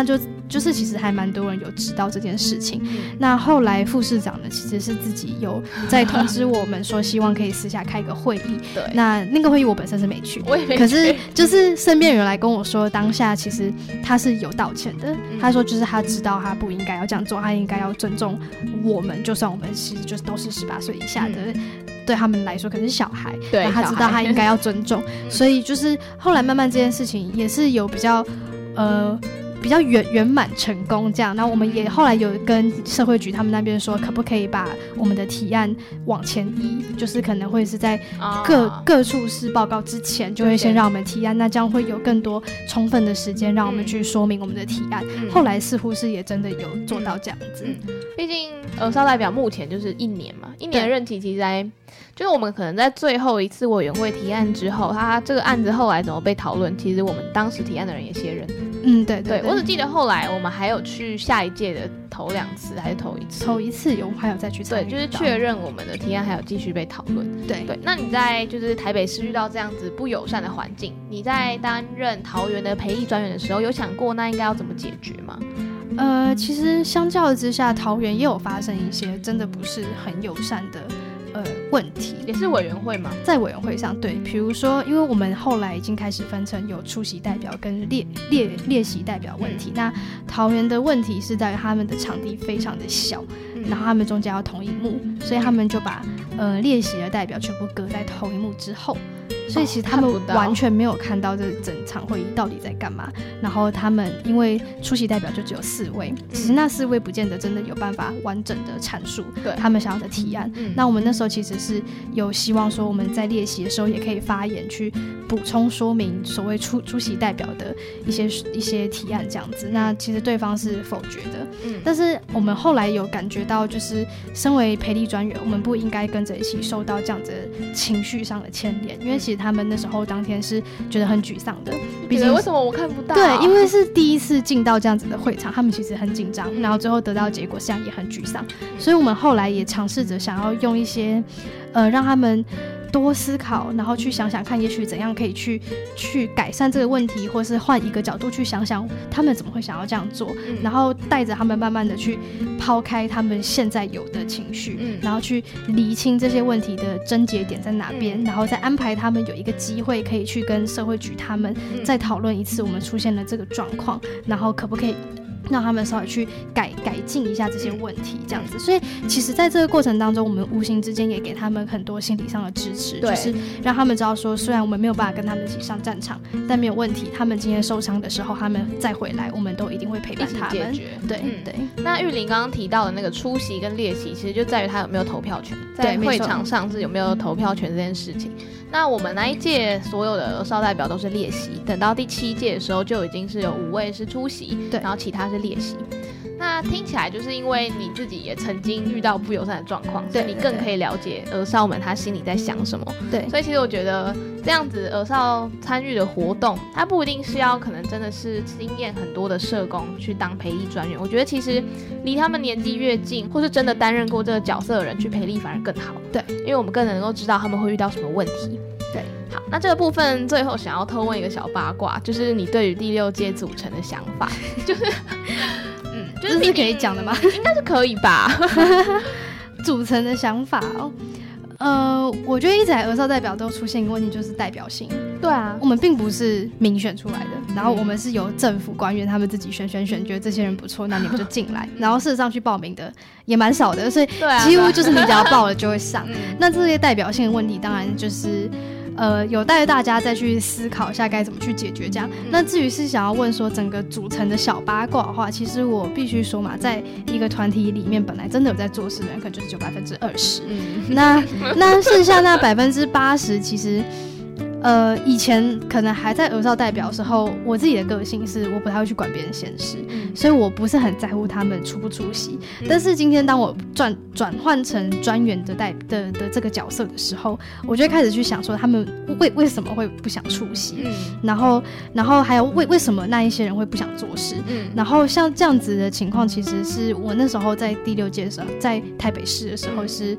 就是其实还蛮多人有知道这件事情。那后来副市长呢，其实是自己有在通知我们说，希望可以私下开个会议。 对， 那那个会议我本身是没去， 我也没去。 可是就是身边人来跟我说，当下其实他是有道歉的。嗯、他说就是他知道他不应该要这样做，他应该要尊重我们，就算我们其实就是都是十八岁以下的。嗯，对他们来说可能是小孩， 对， 他知道他应该要尊重，所以就是后来慢慢这件事情也是有比较呃比较圆圆满成功这样。那我们也后来有跟社会局他们那边说，可不可以把我们的提案往前移，就是可能会是在各、哦、各处室报告之前就会先让我们提案，那这样会有更多充分的时间让我们去说明我们的提案。嗯、后来似乎是也真的有做到这样子。 毕、嗯、竟儿少代表目前就是一年嘛，一年的任期其实在就是我们可能在最后一次委员会提案之后，他这个案子后来怎么被讨论，其实我们当时提案的人也卸任。 嗯，对 对, 对, 对，我只记得后来我们还有去下一届的头两次，还是头一次？ 头一次有，还有再去参与。 对，就是确认我们的提案还有继续被讨论。对对，那你在就是台北市遇到这样子不友善的环境，你在担任桃园的培力专员的时候，有想过那应该要怎么解决吗？ 呃，其实相较之下，桃园也有发生一些真的不是很友善的。呃，问题也是委员会吗？ 在委员会上，对，比如说，因为我们后来已经开始分成有出席代表跟列列列席代表问题。嗯、那桃园的问题是在于他们的场地非常的小，嗯、然后他们中间要同一幕，所以他们就把呃列席的代表全部隔在同一幕之后。所以其实他们完全没有看到这整场会议到底在干嘛。然后他们因为出席代表就只有四位，其实那四位不见得真的有办法完整的阐述他们想要的提案。嗯、那我们那时候其实是有希望说我们在列席的时候也可以发言去补充说明所谓出出席代表的一些一些提案这样子。那其实对方是否决的。嗯、但是我们后来有感觉到，就是身为培力专员，我们不应该跟着一起受到这样子的情绪上的牵连，因为其实他们那时候当天是觉得很沮丧的。 毕竟为什么我看不到？ 对，因为是第一次进到这样子的会场，他们其实很紧张，然后最后得到结果，实际上也很沮丧。所以我们后来也尝试着想要用一些，呃，让他们多思考，然后去想想看，也许怎样可以去去改善这个问题，或是换一个角度去想想他们怎么会想要这样做，嗯、然后带着他们慢慢的去抛开他们现在有的情绪，嗯、然后去厘清这些问题的症结点在哪边，嗯、然后再安排他们有一个机会可以去跟社会局他们再讨论一次我们出现了这个状况，然后可不可以让他们稍微去改改进一下这些问题，这样子。所以其实在这个过程当中，我们无形之间也给他们很多心理上的支持，就是让他们知道说，虽然我们没有办法跟他们一起上战场，但没有问题，他们今天受伤的时候，他们再回来，我们都一定会陪伴他们。 解决。对、嗯、 对。 那玉玲刚刚提到的那个出席跟列席，其实就在于他有没有投票权，在会场上是有没有投票权这件事情。那我们那一届所有的儿少代表都是列席，等到第七届的时候就已经是有五位是出席，对，然后其他是列席。那听起来就是因为你自己也曾经遇到不友善的状况，所以你更可以了解儿少们他心里在想什么。对，所以其实我觉得这样子儿少参与的活动，它不一定是要可能真的是经验很多的社工去当培力专员。我觉得其实离他们年纪越近，或是真的担任过这个角色的人去培力反而更好。对，因为我们更能够知道他们会遇到什么问题。对，好，那这个部分最后想要偷问一个小八卦，就是你对于第六届组成的想法，就是嗯，就是这是可以讲的吗？ 应该是可以吧。 组成的想法哦，呃，我觉得一直来儿少代表都出现一个问题，就是代表性。对啊，我们并不是民选出来的，然后我们是由政府官员他们自己选选选，觉得这些人不错，那你们就进来。然后事实上去报名的也蛮少的，所以几乎就是你只要报了就会上。那这些代表性的问题，当然就是呃，有待大家再去思考一下该怎么去解决这样。嗯、那至于是想要问说整个组成的小八卦的话，其实我必须说嘛，在一个团体里面，本来真的有在做事的人，可能就是只有百分之二十。那那剩下那百分之八十，其实。呃，以前可能还在儿少代表的时候，我自己的个性是我不太会去管别人闲事，嗯、所以我不是很在乎他们出不出席。嗯、但是今天当我转转换成专员的代的的这个角色的时候，我就会开始去想说他们为为什么会不想出席，嗯、然后然后还有为为什么那一些人会不想做事，嗯、然后像这样子的情况，其实是我那时候在第六届的时候，在台北市的时候是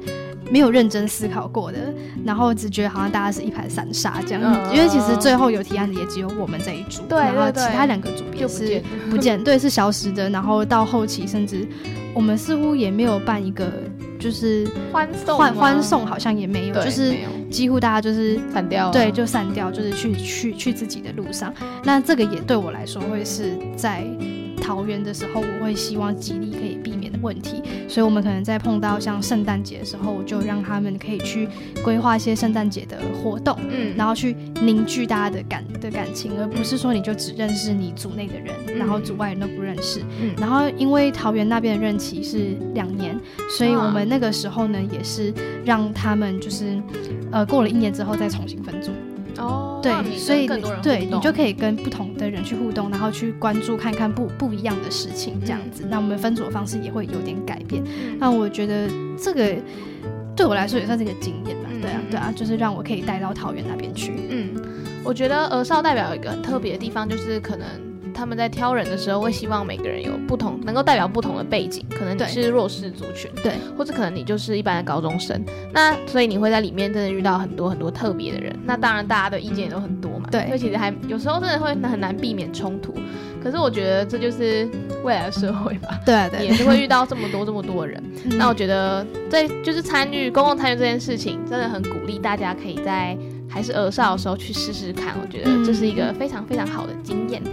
没有认真思考过的，然后只觉得好像大家是一盘散沙这样、嗯、因为其实最后有提案的也只有我们这一组， 对对对， 然后其他两个组别是不见对，是消失的，然后到后期甚至我们似乎也没有办一个就是欢送欢欢送，好像也没有，就是几乎大家就是散掉， 对，就散掉，就是去去去自己的路上。那这个也对我来说会是在桃园的时候，我会希望极力可以避免的问题，所以我们可能在碰到像圣诞节的时候，我就让他们可以去规划一些圣诞节的活动，嗯，然后去凝聚大家的感的感情，而不是说你就只认识你组内的人，嗯、然后组外人都不认识。嗯，然后因为桃园那边的任期是两年，所以我们那个时候呢，也是让他们就是呃过了一年之后再重新分组。哦，对，所以对你就可以跟不同的人去互动，然后去关注看看不不一样的事情，这样子。那、嗯、我们分组的方式也会有点改变。嗯、那我觉得这个对我来说也算是一个经验吧。嗯、对啊，对啊，就是让我可以带到桃园那边去。 嗯，我觉得儿少代表有一个很特别的地方，就是可能他们在挑人的时候会希望每个人有不同，能够代表不同的背景，可能你是弱势族群，对，或者可能你就是一般的高中生，那所以你会在里面真的遇到很多很多特别的人，那当然大家的意见也都很多嘛，对，所以其实还有时候真的会很难避免冲突，可是我觉得这就是未来的社会吧， 对对， 也是会遇到这么多这么多的人，嗯、那我觉得在就是参与公共参与这件事情，真的很鼓励大家可以在还是儿少的时候去试试看，我觉得这是一个非常非常好的经验。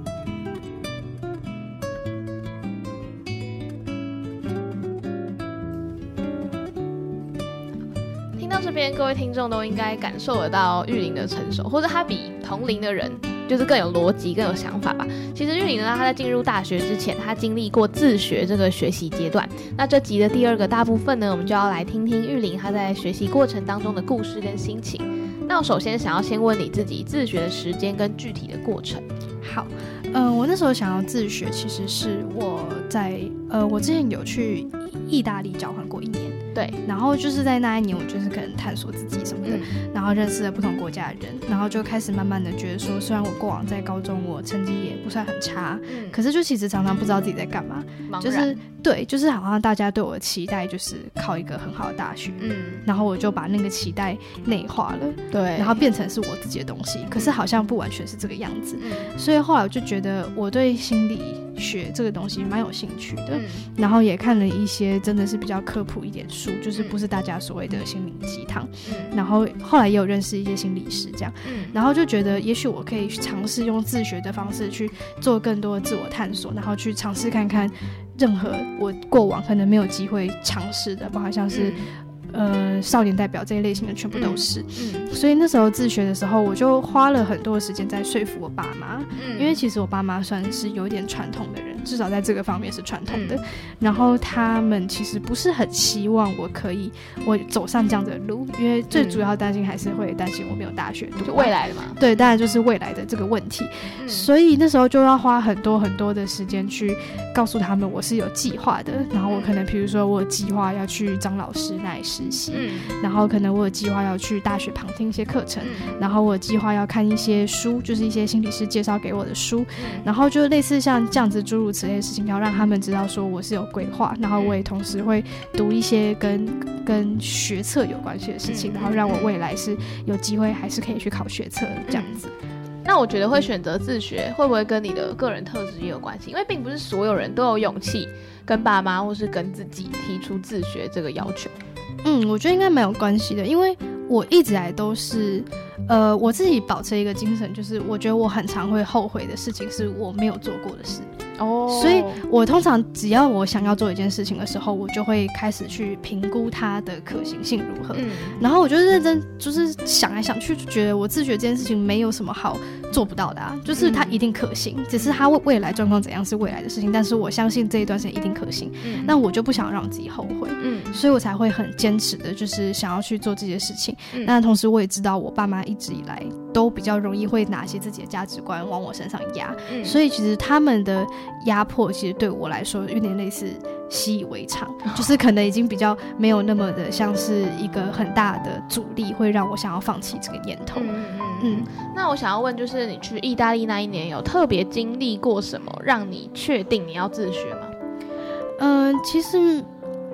这边各位听众都应该感受得到玉玲的成熟，或者他比同龄的人就是更有逻辑更有想法吧。其实玉玲呢，他在进入大学之前，他经历过自学这个学习阶段。那这集的第二个大部分呢，我们就要来听听玉玲他在学习过程当中的故事跟心情。那我首先想要先问你自己自学的时间跟具体的过程。 好，呃，我那时候想要自学，其实是我在呃，我之前有去意大利交换过一年。对，然后就是在那一年，我就是可能探索自己什么的，嗯、然后认识了不同国家的人，然后就开始慢慢的觉得说，虽然我过往在高中我成绩也不算很差，嗯、可是就其实常常不知道自己在干嘛，就是对，就是好像大家对我的期待就是考一个很好的大学，嗯，然后我就把那个期待内化了，对，然后变成是我自己的东西，可是好像不完全是这个样子，嗯、所以后来我就觉得我对心理学这个东西蛮有兴趣的，嗯、然后也看了一些真的是比较科普一点书，就是不是大家所谓的心灵鸡汤，嗯、然后后来也有认识一些心理师这样，嗯、然后就觉得也许我可以尝试用自学的方式去做更多的自我探索，然后去尝试看看任何我过往可能没有机会尝试的，包括像是、嗯呃，少年代表这一类型的全部都是、嗯嗯、所以那时候自学的时候我就花了很多的时间在说服我爸妈、嗯、因为其实我爸妈算是有点传统的人，至少在这个方面是传统的、嗯、然后他们其实不是很希望我可以我走上这样的路，因为最主要担心还是会担心我没有大学读、啊、 就未来的嘛， 对，当然就是未来的这个问题、嗯、所以那时候就要花很多很多的时间去告诉他们我是有计划的，然后我可能比如说我有计划要去张老师那里实习、嗯、然后可能我有计划要去大学旁听一些课程、嗯、然后我有计划要看一些书，就是一些心理师介绍给我的书、嗯、然后就类似像这样子诸如此类的事情，要让他们知道说我是有规划，然后我也同时会读一些跟跟学测有关系的事情、嗯、然后让我未来是有机会还是可以去考学测这样子、嗯。 那我觉得会选择自学会不会跟你的个人特质也有关系？因为并不是所有人都有勇气跟爸妈或是跟自己提出自学这个要求。 嗯，我觉得应该蛮有关系的，因为我一直来都是呃，我自己保持一个精神，就是我觉得我很常会后悔的事情是我没有做过的事哦，所以我通常只要我想要做一件事情的时候，我就会开始去评估它的可行性如何、嗯、然后我就认真就是想来想去，就觉得我自学这件事情没有什么好做不到的啊，就是它一定可行、嗯、只是它未来状况怎样是未来的事情，但是我相信这一段时间一定可行、嗯、那我就不想让自己后悔、嗯、所以我才会很坚持的就是想要去做这些事情、嗯、那同时我也知道我爸妈一直以来都比较容易会拿些自己的价值观往我身上压、嗯、所以其实他们的压迫其实对我来说有点类似习以为常、哦、就是可能已经比较没有那么的像是一个很大的阻力会让我想要放弃这个念头。嗯嗯嗯。那我想要问，就是你去意大利那一年有特别经历过什么让你确定你要自学吗？ 嗯、呃，其实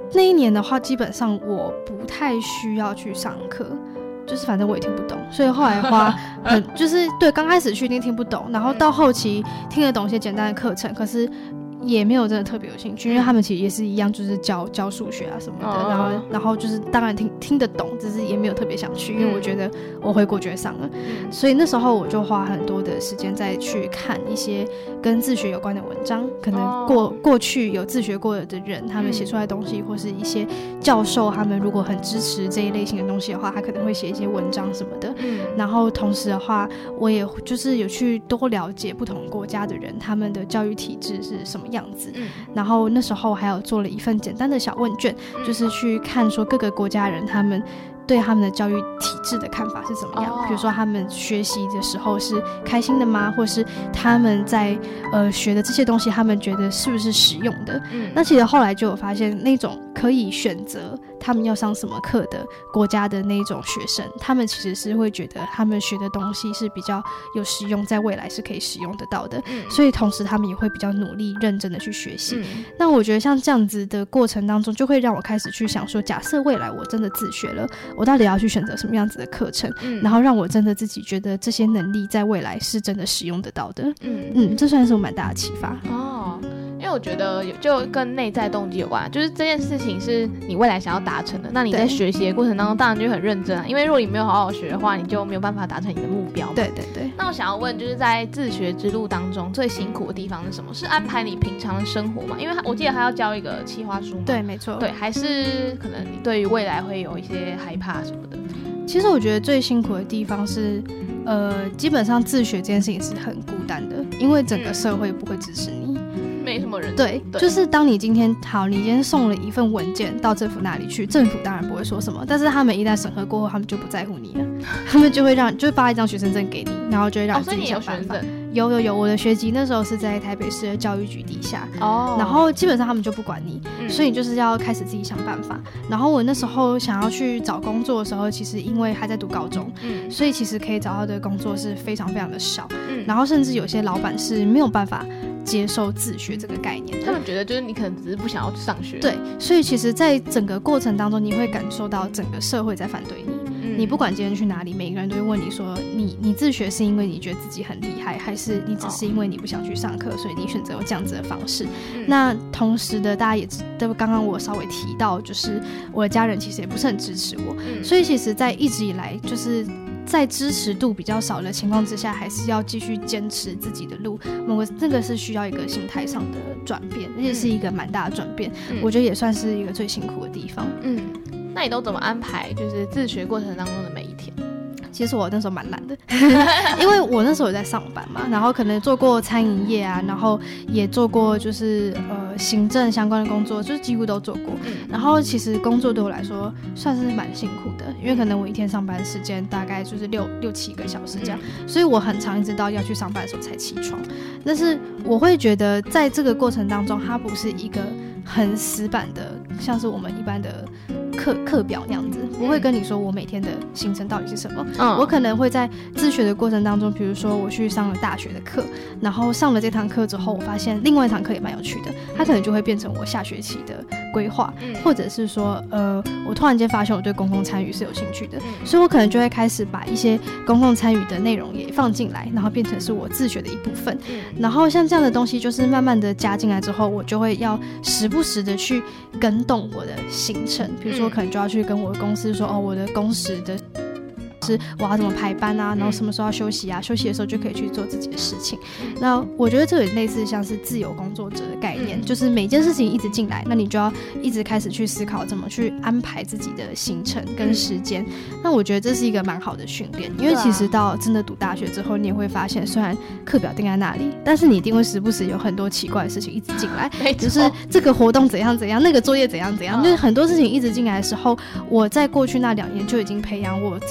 那一年的话，基本上我不太需要去上课，就是反正我也听不懂，所以后来花很就是对刚开始去一定听不懂，然后到后期听得懂一些简单的课程，可是也没有真的特别有兴趣，因为他们其实也是一样，就是教教数学啊什么的，哦、然后然后就是当然听听得懂，只是也没有特别想去，因为我觉得我回国就会上了，嗯、所以那时候我就花很多的时间再去看一些跟自学有关的文章，可能过、哦、过去有自学过的人，他们写出来的东西，嗯、或是一些教授他们如果很支持这一类型的东西的话，他可能会写一些文章什么的。嗯、然后同时的话，我也就是有去多了解不同国家的人他们的教育体制是什么样。样子，嗯、然后那时候还有做了一份简单的小问卷，嗯、就是去看说各个国家人他们对他们的教育体制的看法是怎么样，哦、比如说他们学习的时候是开心的吗，或是他们在呃学的这些东西他们觉得是不是实用的，嗯、那其实后来就有发现那种可以选择他们要上什么课的国家的那种学生，他们其实是会觉得他们学的东西是比较有实用，在未来是可以使用得到的，嗯、所以同时他们也会比较努力认真的去学习，嗯、那我觉得像这样子的过程当中就会让我开始去想说，假设未来我真的自学了，我到底要去选择什么样子的课程，嗯、然后让我真的自己觉得这些能力在未来是真的使用得到的，嗯嗯，这算是我蛮大的启发哦。因为我觉得就跟内在动机有关，就是这件事情是你未来想要达成的，那你在学习的过程当中当然就很认真啊，因为如果你没有好好学的话，你就没有办法达成你的目标嘛。 对对对。 那我想要问，就是在自学之路当中最辛苦的地方是什么？是安排你平常的生活吗？因为我记得还要教一个企划书嘛。 对，没错。 对，还是可能你对于未来会有一些害怕什么的。 其实我觉得最辛苦的地方是，呃，基本上自学这件事情是很孤单的，因为整个社会不会支持你。 没什么人对, 对，就是当你今天好，你今天送了一份文件到政府那里去，政府当然不会说什么，但是他们一旦审核过后，他们就不在乎你了，他们就会让就发一张学生证给你，然后就会让你自己想办法。哦、有有有，我的学籍那时候是在台北市的教育局底下，哦，然后基本上他们就不管你，嗯、所以你就是要开始自己想办法。然后我那时候想要去找工作的时候，其实因为还在读高中，嗯，所以其实可以找到的工作是非常非常的少，嗯，然后甚至有些老板是没有办法接受自学这个概念， 他们觉得就是你可能只是不想要上学。 对，所以其实在整个过程当中，你会感受到整个社会在反对你。嗯、你不管今天去哪里，每个人都会问你说，你你自学是因为你觉得自己很厉害，还是你只是因为你不想去上课，所以你选择这样子的方式？嗯、那同时的，大家也都刚刚我稍微提到，就是我的家人其实也不是很支持我，嗯、所以其实在一直以来就是在支持度比较少的情况之下，还是要继续坚持自己的路。某个那个是需要一个心态上的转变，而且是一个蛮大的转变。嗯、我觉得也算是一个最辛苦的地方。嗯， 那你都怎么安排？就是自学过程当中的每一天？ 其实我那时候蛮懒的，因为我那时候有在上班嘛，然后可能做过餐饮业啊，然后也做过就是呃行政相关的工作，就是几乎都做过。嗯、然后其实工作对我来说算是蛮辛苦的，因为可能我一天上班时间大概就是六六七个小时这样，嗯、所以我很常一直到要去上班的时候才起床。但是我会觉得在这个过程当中，它不是一个很死板的，像是我们一般的课课表那样子，不会跟你说我每天的行程到底是什么。嗯、我可能会在自学的过程当中，比如说我去上了大学的课，然后上了这堂课之后，我发现另外一堂课也蛮有趣的，它可能就会变成我下学期的规划，嗯、或者是说呃，我突然间发现我对公共参与是有兴趣的，嗯、所以我可能就会开始把一些公共参与的内容也放进来，然后变成是我自学的一部分。嗯、然后像这样的东西，就是慢慢的加进来之后，我就会要时不时的去跟动我的行程，比如说可能就要去跟我的公司说，哦，我的工时的是我要怎么排班啊，然后什么时候要休息啊，休息的时候就可以去做自己的事情。那我觉得这有类似像是自由工作者的概念，就是每件事情一直进来，那你就要一直开始去思考怎么去安排自己的行程跟时间。那我觉得这是一个蛮好的训练，因为其实到真的读大学之后，你也会发现虽然课表定在那里，但是你一定会时不时有很多奇怪的事情一直进来，就是这个活动怎样怎样，那个作业怎样怎样，就是很多事情一直进来的时候，我在过去那两年就已经培养我怎么很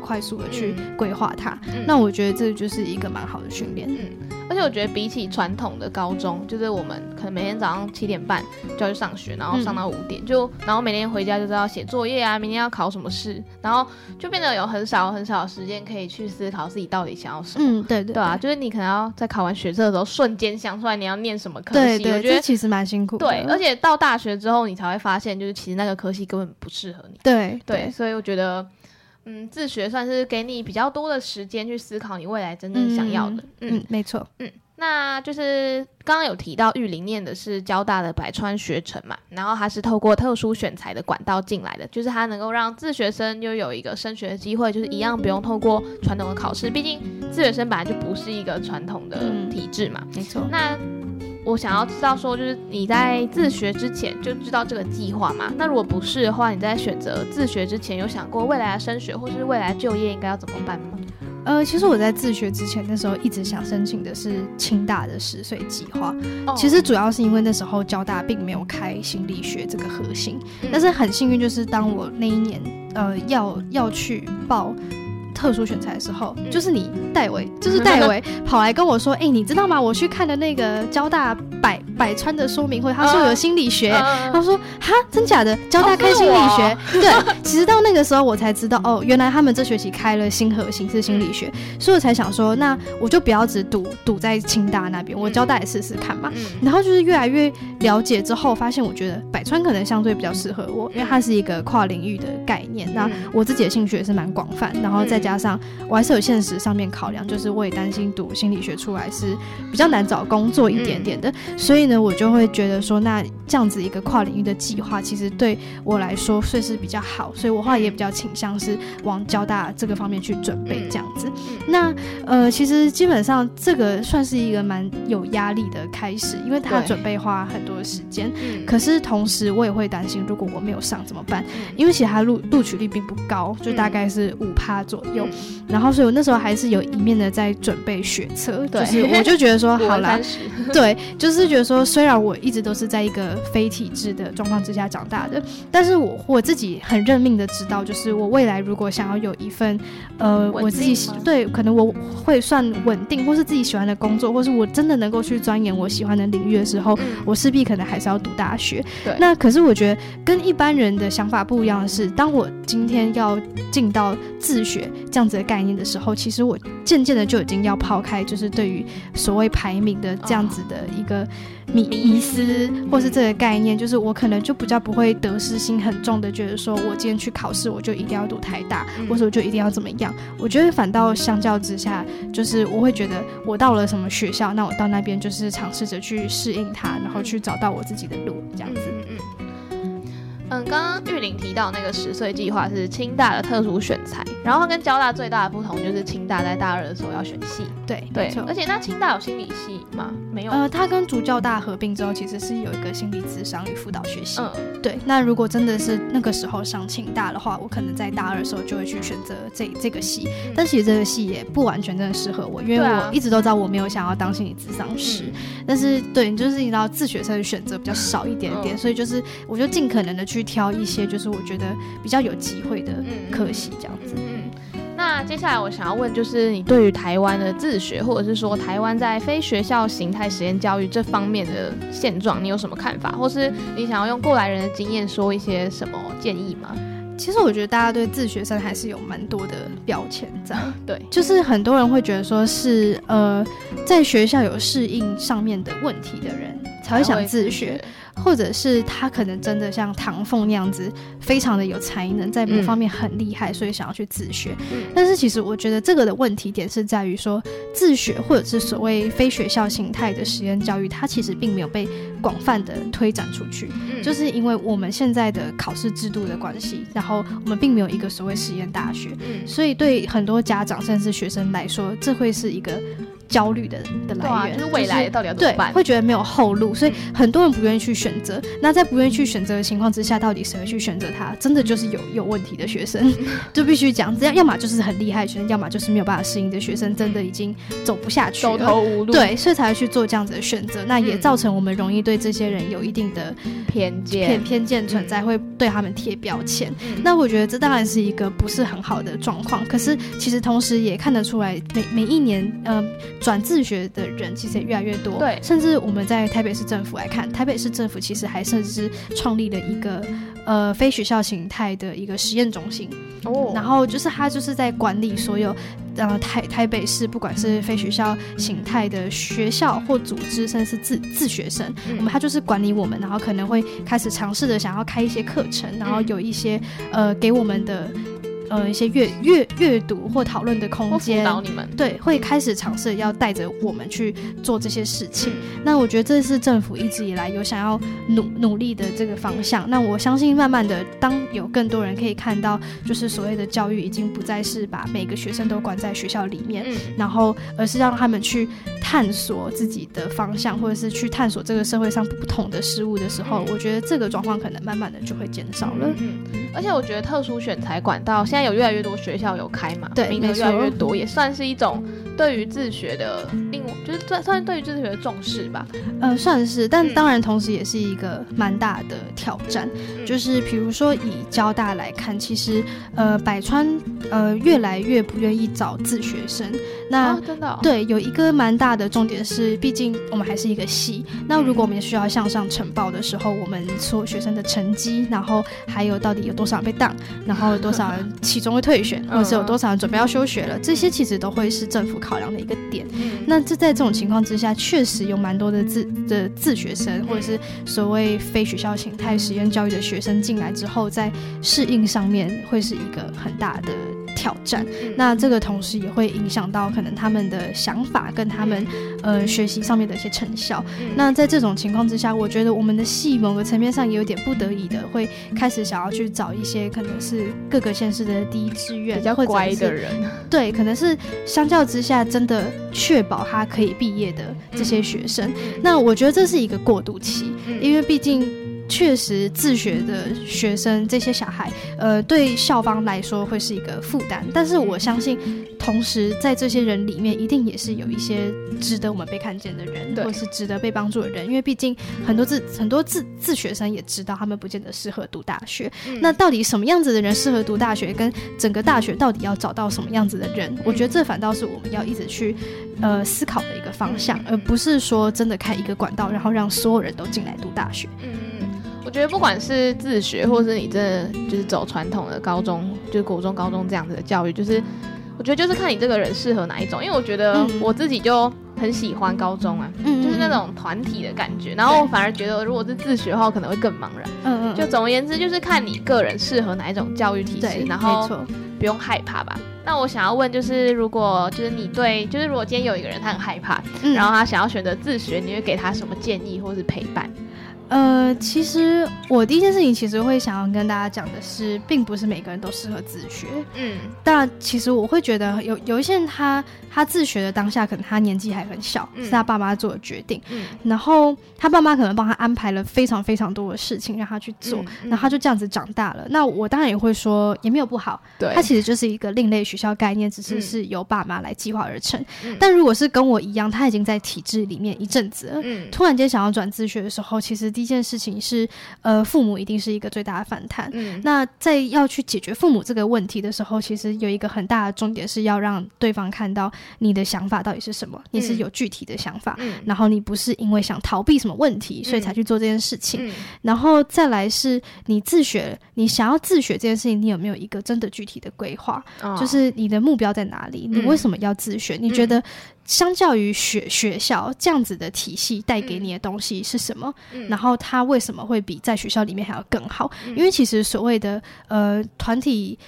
快速的去规划它、嗯、那我觉得这就是一个蛮好的训练。 嗯，而且我觉得比起传统的高中，就是我们可能每天早上七点半就要去上学，然后上到五点、嗯、就然后每天回家就知道写作业啊，明天要考什么试，然后就变得有很少很少的时间可以去思考自己到底想要什么。 嗯，对 对, 对, 对啊，就是你可能要在考完学测的时候瞬间想出来你要念什么科系。 对对， 我觉得这其实蛮辛苦的。 对，而且到大学之后你才会发现，就是其实那个科系根本不适合你。 对对, 对，所以我觉得嗯，自学算是给你比较多的时间去思考你未来真正想要的。 嗯，嗯嗯没错。 嗯，那就是刚刚有提到玉玲念的是交大的百川学程嘛，然后他是透过特殊选才的管道进来的，就是他能够让自学生又有一个升学的机会，就是一样不用透过传统的考试，毕竟自学生本来就不是一个传统的体制嘛。 嗯、没错。 那我想要知道说，就是你在自学之前就知道这个计划吗？那如果不是的话，你在选择自学之前有想过未来的升学或是未来就业应该要怎么办吗？ 呃，其实我在自学之前，那时候一直想申请的是清大的十岁计划。哦、其实主要是因为那时候交大并没有开心理学这个核心，嗯、但是很幸运，就是当我那一年呃要要去报特殊选才的时候，嗯、就是你戴维，就是戴维跑来跟我说，哎、欸，你知道吗？我去看了那个交大百百川的说明会，他说有心理学，他、uh, 说哈，真假的？交大开心理学？哦、对，其实到那个时候我才知道，哦，原来他们这学期开了新核心是心理学，嗯、所以我才想说，那我就不要只赌赌在清大那边，我交大也试试看嘛。嗯、然后就是越来越了解之后，发现我觉得百川可能相对比较适合我，因为它是一个跨领域的概念，那、嗯、我自己的兴趣也是蛮广泛，然后再加上我还是有现实上面考量，就是我也担心读心理学出来是比较难找工作一点点的，嗯、所以呢，我就会觉得说，那这样子一个跨领域的计划，其实对我来说算是比较好，所以我后来也比较倾向是往交大这个方面去准备这样子。嗯、那呃，其实基本上这个算是一个蛮有压力的开始，因为他准备花很多的时间。可是同时我也会担心，如果我没有上怎么办？因为其实他录录取率并不高，就大概是五趴左右。嗯、然后所以我那时候还是有一面的在准备学测，就是我就觉得说好啦，对，就是觉得说虽然我一直都是在一个非体制的状况之下长大的，但是我我自己很认命的知道，就是我未来如果想要有一份呃我自己对可能我会算稳定或是自己喜欢的工作，或是我真的能够去钻研我喜欢的领域的时候，嗯、我势必可能还是要读大学。对，那可是我觉得跟一般人的想法不一样的是，当我今天要进到自学这样子的概念的时候，其实我渐渐的就已经要抛开就是对于所谓排名的这样子的一个迷迷思或是这个概念，就是我可能就比较不会得失心很重的觉得说我今天去考试我就一定要读台大，嗯、或者我就一定要怎么样。我觉得反倒相较之下，就是我会觉得我到了什么学校，那我到那边就是尝试着去适应它，然后去找到我自己的路这样子。嗯嗯，刚刚玉玲提到那个十岁计划是清大的特殊选才，然后它跟交大最大的不同就是清大在大二的时候要选系。 对对，而且那清大有心理系吗？没有。 呃，它跟竹交大合并之后，其实是有一个心理咨商与辅导学系。嗯，对。那如果真的是那个时候上清大的话，我可能在大二的时候就会去选择这这个系，嗯、但其实这个系也不完全真的适合我，因为我一直都知道我没有想要当心理咨商师。嗯、但是对，就是你知道自学生的选择比较少一点点，嗯、所以就是我就尽可能的去挑一些就是我觉得比较有机会的科系这样子。嗯嗯嗯，那接下来我想要问，就是你对于台湾的自学，或者是说台湾在非学校形态实验教育这方面的现状，你有什么看法，或是你想要用过来人的经验说一些什么建议吗？ 其实我觉得大家对自学生还是有蛮多的标签在， 对， 就是很多人会觉得说是呃在学校有适应上面的问题的人才会想自学，或者是他可能真的像唐凤那样子非常的有才能，在某方面很厉害，嗯、所以想要去自学。嗯、但是其实我觉得这个的问题点是在于说，自学或者是所谓非学校形态的实验教育，它其实并没有被广泛的推展出去，嗯、就是因为我们现在的考试制度的关系，然后我们并没有一个所谓实验大学，嗯、所以对很多家长甚至学生来说，这会是一个焦虑的的来源， 对啊，就是未来到底要怎么办？ 对，会觉得没有后路，所以很多人不愿意去选择。那在不愿意去选择的情况之下，到底谁会去选择他？真的就是有有问题的学生，就必须讲，这样要么就是很厉害的学生，要么就是没有办法适应的学生，真的已经走不下去了， 走投无路。 对，所以才会去做这样子的选择。那也造成我们容易对这些人有一定的偏见、 偏偏见存在，会对他们贴标签。嗯、那我觉得这当然是一个不是很好的状况。可是其实同时也看得出来，每每一年，呃，转自学的人其实也越来越多。 对， 甚至我们在台北市政府来看，台北市政府其实还甚至创立了一个呃非学校形态的一个实验中心。哦，然后就是他就是在管理所有呃台台北市不管是非学校形态的学校或组织，甚至是自自学生，嗯、我们他就是管理我们，然后可能会开始尝试的想要开一些课程，然后有一些呃给我们的。呃，一些阅阅阅读或讨论的空间， 辅导你们， 对，会开始尝试要带着我们去做这些事情。嗯、那我觉得这是政府一直以来有想要努努力的这个方向。那我相信，慢慢的，当有更多人可以看到，就是所谓的教育已经不再是把每个学生都关在学校里面，嗯、然后而是让他们去探索自己的方向，或者是去探索这个社会上不同的事物的时候，嗯、我觉得这个状况可能慢慢的就会减少了。 嗯嗯、而且我觉得特殊选才管道现在有越来越多学校有开嘛， 对， 名额越来越多，也算是一种对于自学的另，就是算算对于自学的重视吧。 呃，算是，但当然同时也是一个蛮大的挑战。嗯、就是比如说以交大来看，其实呃百川呃越来越不愿意找自学生。那、 哦、真的、哦、 对，有一个蛮大的重点是，毕竟我们还是一个系。那如果我们需要向上呈报的时候，我们所有学生的成绩，然后还有到底有多少人被当，然后有多少人其中会退选，或者是有多少人准备要休学了，这些其实都会是政府考量的一个点。那这在这种情况之下，确实有蛮多的自的自学生，或者是所谓非学校形态实验教育的学生进来之后，在适应上面会是一个很大的挑战。嗯、那这个同时也会影响到可能他们的想法跟他们呃学习上面的一些成效。嗯、那在这种情况之下，我觉得我们的系某个层面上也有点不得已的会开始想要去找一些可能是各个县市的第一志愿比较乖的人， 对，可能是相较之下真的确保他可以毕业的这些学生。嗯、那我觉得这是一个过渡期，嗯、因为毕竟确实自学的学生这些小孩呃，对校方来说会是一个负担，但是我相信同时在这些人里面一定也是有一些值得我们被看见的人，或是值得被帮助的人，因为毕竟很多自很多自自学生也知道他们不见得适合读大学。嗯、那到底什么样子的人适合读大学，跟整个大学到底要找到什么样子的人，嗯、我觉得这反倒是我们要一直去呃思考的一个方向，而不是说真的开一个管道然后让所有人都进来读大学。 嗯我觉得不管是自学，或是你真的就是走传统的高中，就是国中、高中这样子的教育，就是我觉得就是看你这个人适合哪一种。因为我觉得我自己就很喜欢高中啊，嗯、就是那种团体的感觉。然后我反而觉得，如果是自学的话，我可能会更茫然。嗯嗯。就总而言之，就是看你个人适合哪一种教育体制，然后不用害怕吧。那我想要问，就是如果就是你对，就是如果今天有一个人他很害怕，嗯、然后他想要选择自学，你会给他什么建议或是陪伴？ 呃，其实我第一件事情其实会想要跟大家讲的是，并不是每个人都适合自学。嗯，但其实我会觉得有有一些人他他自学的当下，可能他年纪还很小，嗯、是他爸妈做的决定。嗯，然后他爸妈可能帮他安排了非常非常多的事情让他去做，嗯嗯、然后他就这样子长大了。那我当然也会说，也没有不好。对，他其实就是一个另类学校概念，只是是由爸妈来计划而成。嗯、但如果是跟我一样，他已经在体制里面一阵子了，嗯、突然间想要转自学的时候，其实第一件事情是，呃，父母一定是一个最大的反弹。嗯，那在要去解决父母这个问题的时候，其实有一个很大的重点是要让对方看到你的想法到底是什么，你是有具体的想法，嗯、然后你不是因为想逃避什么问题，所以才去做这件事情。嗯、然后再来是你自学，你想要自学这件事情，你有没有一个真的具体的规划？哦、就是你的目标在哪里？你为什么要自学？嗯、你觉得？相较于学学校这样子的体系带给你的东西是什么？嗯、然后它为什么会比在学校里面还要更好？嗯、因为其实所谓的呃团体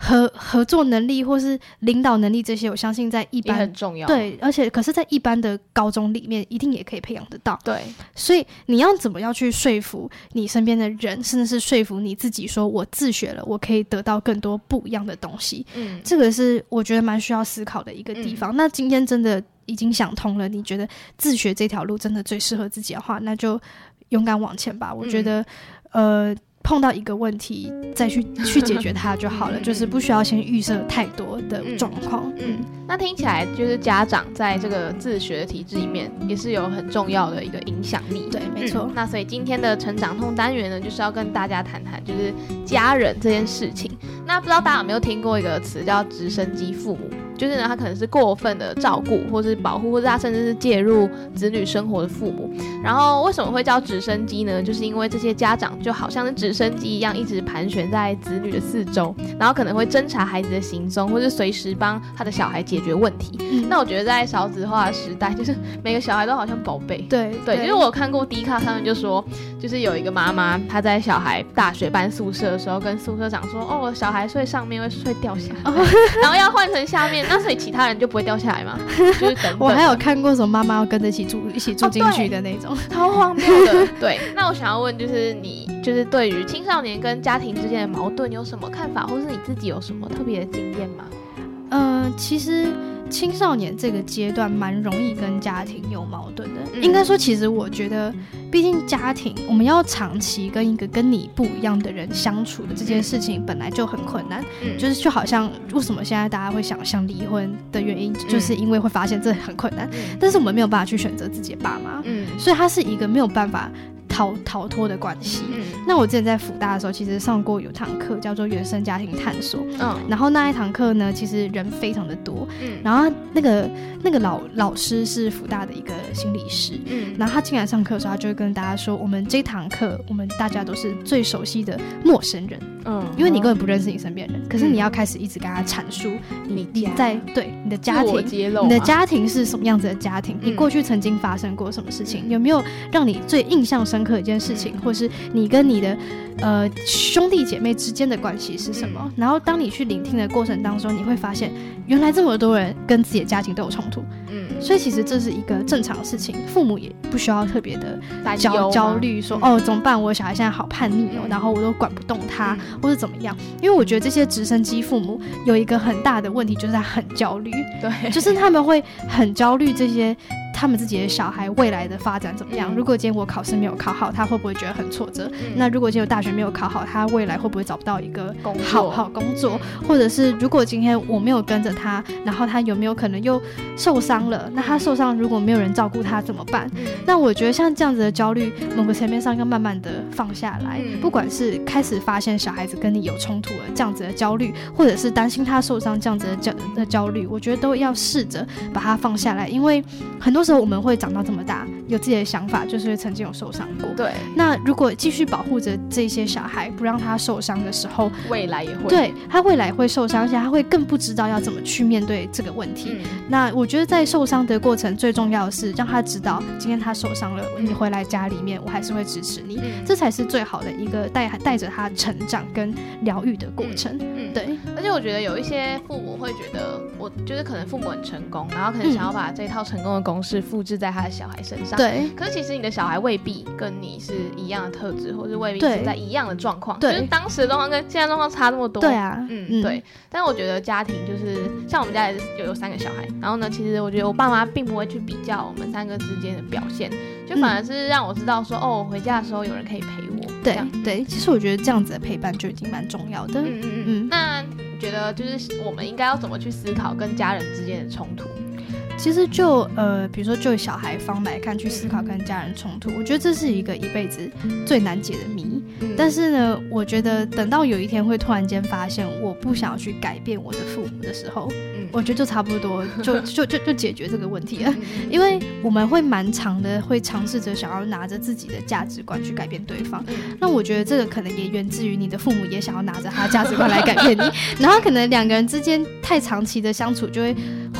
合合作能力或是领导能力这些，我相信在一般也很重要。 对，而且可是在一般的高中里面一定也可以培养得到。 对， 所以你要怎么样去说服你身边的人，甚至是说服你自己，说我自学了我可以得到更多不一样的东西。嗯，这个是我觉得蛮需要思考的一个地方。嗯，那今天真的已经想通了，你觉得自学这条路真的最适合自己的话，那就勇敢往前吧。我觉得，嗯、呃。碰到一个问题再去去解决它就好了，就是不需要先预设太多的状况。嗯, 嗯， 那听起来就是家长在这个自学的体制里面也是有很重要的一个影响力。 对，没错、嗯。 那所以今天的成长痛单元呢，就是要跟大家谈谈就是家人这件事情。那不知道大家有没有听过一个词叫直升机父母？就是呢，他可能是过分的照顾，或是保护，或者他甚至是介入子女生活的父母。然后为什么会叫直升机呢？就是因为这些家长就好像是直升机一样，一直盘旋在子女的四周，然后可能会侦查孩子的行踪，或是随时帮他的小孩解决问题。嗯、那我觉得在少子化的时代，就是每个小孩都好像宝贝。 对对，就是我有看过 D 卡他们就说，就是有一个妈妈，她在小孩大学搬宿舍的时候，跟宿舍长说：“哦，我小孩睡上面会睡掉下来，哦、然后要换成下面。”那所以其他人就不会掉下来吗？就是等等。 我还有看过什么妈妈要跟着一起住一起住进去的那种， 哦、超荒谬的。对，那我想要问，就是你就是对于青少年跟家庭之间的矛盾有什么看法，或是你自己有什么特别的经验吗？ 呃，其实青少年这个阶段蛮容易跟家庭有矛盾的。嗯、应该说，其实我觉得，毕竟家庭我们要长期跟一个跟你不一样的人相处的这件事情本来就很困难。嗯、就是就好像为什么现在大家会想象离婚的原因，就是因为会发现这很困难，嗯、但是我们没有办法去选择自己的爸妈，嗯、所以它是一个没有办法逃逃脱的关系。嗯、那我之前在辅大的时候，其实上过有堂课叫做原生家庭探索。嗯，然后那一堂课呢，其实人非常的多。嗯，然后那个那个老老师是辅大的一个心理师。嗯，然后他进来上课的时候，他就会跟大家说，我们这堂课，我们大家都是最熟悉的陌生人。嗯，因为你根本不认识你身边人，可是你要开始一直跟他阐述你你在对你的家庭，你的家庭是什么样子的家庭，嗯、你过去曾经发生过什么事情，有没有让你最印象深刻的一件事情，或是你跟你的呃兄弟姐妹之间的关系是什么？嗯、然后当你去聆听的过程当中，你会发现原来这么多人跟自己的家庭都有冲突。嗯，所以其实这是一个正常的事情，父母也不需要特别的焦焦虑，说、嗯、哦怎么办？我的小孩现在好叛逆哦，嗯、然后我都管不动他，嗯、或是怎么样？因为我觉得这些直升机父母有一个很大的问题，就是他很焦虑。对，就是他们会很焦虑这些他们自己的小孩未来的发展怎么样？嗯、如果今天我考试没有考好，他会不会觉得很挫折？嗯、那如果今天我大学没有考好，他未来会不会找不到一个好好工作？嗯、或者是如果今天我没有跟着他，然后他有没有可能又受伤了？那他受伤如果没有人照顾他怎么办？嗯、那我觉得像这样子的焦虑，某个层面上要慢慢的放下来，嗯、不管是开始发现小孩子跟你有冲突了这样子的焦虑，或者是担心他受伤这样子的 焦, 的焦虑，我觉得都要试着把它放下来，因为很多时候我们会长到这么大，有自己的想法，就是曾经有受伤过。对，那如果继续保护着这些小孩，不让他受伤的时候， 未来也会，对， 他未来会受伤，而且他会更不知道要怎么去面对这个问题。嗯、那我觉得在受伤的过程，最重要的是让他知道，今天他受伤了，你回来家里面，我还是会支持你，嗯、这才是最好的一个带带着他成长跟疗愈的过程。嗯嗯、对， 而且我觉得有一些父母会觉得，我就是可能父母很成功，然后可能想要把这套成功的公式复制在他的小孩身上。对，可是其实你的小孩未必跟你是一样的特质，或是未必是在一样的状况，就是当时的状况跟现在状况差那么多。 对啊， 嗯，嗯对。但是我觉得家庭就是像我们家也是有有三个小孩，然后呢，其实我觉得我爸妈并不会去比较我们三个之间的表现，就反而是让我知道说，嗯、哦，我回家的时候有人可以陪我。 对对，其实我觉得这样子的陪伴就已经蛮重要的。 嗯嗯嗯。那你觉得就是我们应该要怎么去思考跟家人之间的冲突？ 其实就呃，比如说就小孩方来看去思考跟家人冲突，我觉得这是一个一辈子最难解的谜。嗯、但是呢，我觉得等到有一天会突然间发现我不想要去改变我的父母的时候，嗯、我觉得就差不多就就就就解决这个问题了。因为我们会蛮长的会尝试着想要拿着自己的价值观去改变对方。嗯、那我觉得这个可能也源自于你的父母也想要拿着他的价值观来改变你，然后可能两个人之间太长期的相处就会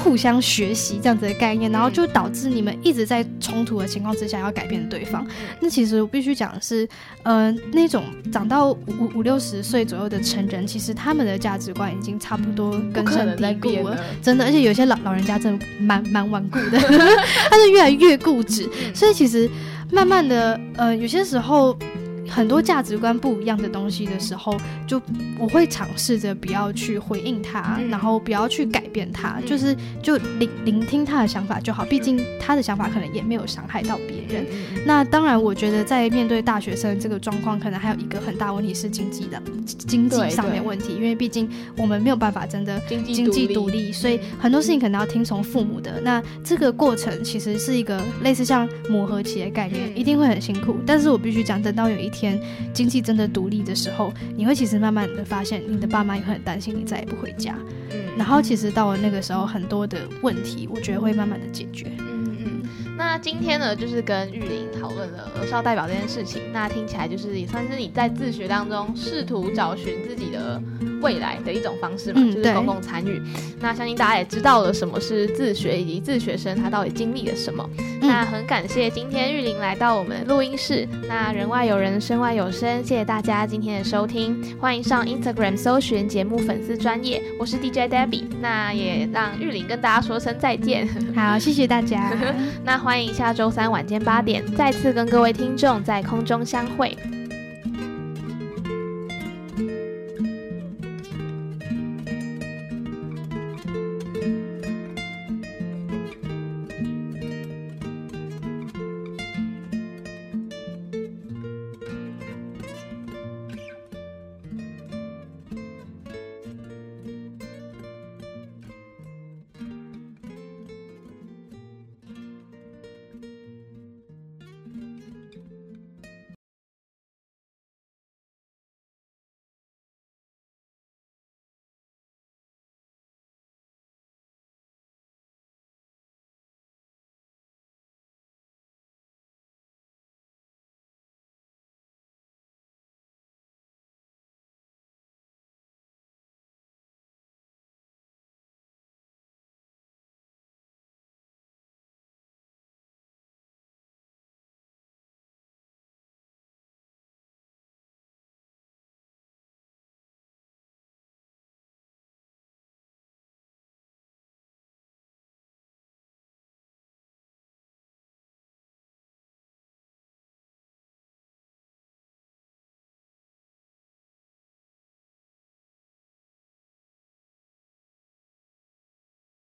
互相学习这样子的概念，然后就导致你们一直在冲突的情况之下要改变对方。那其实我必须讲的是，呃，那种长到五五六十岁左右的成人，其实他们的价值观已经差不多根深蒂固了，真的。而且有些老老人家真的蛮蛮顽固的，他是越来越固执，所以其实慢慢的，呃，有些时候。很多价值观不一样的东西的时候，就我会尝试着不要去回应他、嗯、然后不要去改变他、嗯、就是就 聆, 聆听他的想法就好，毕竟他的想法可能也没有伤害到别人、嗯、那当然我觉得在面对大学生这个状况，可能还有一个很大问题是经济的经济上面问题，因为毕竟我们没有办法真的经济 独, 经济独立，所以很多事情可能要听从父母的，那这个过程其实是一个类似像磨合期的概念、嗯、一定会很辛苦，但是我必须讲，等到有一天经济真的独立的时候，你会其实慢慢的发现你的爸妈也会很担心你再也不回家、嗯、然后其实到了那个时候，很多的问题我觉得会慢慢的解决。 嗯嗯，那今天呢就是跟玉玲讨论了儿少代表这件事情，那听起来就是也算是你在自学当中试图找寻自己的未来的一种方式嘛、嗯、就是公共参与。那相信大家也知道了什么是自学，以及自学生他到底经历了什么、嗯、那很感谢今天玉玲来到我们的录音室，那人外有人身外有声，谢谢大家今天的收听，欢迎上 Instagram 搜寻节目粉丝专页，我是 D J Debbie， 那也让玉玲跟大家说声再见。 好，谢谢大家。 那欢迎下周三晚间八点再次跟各位听众在空中相会。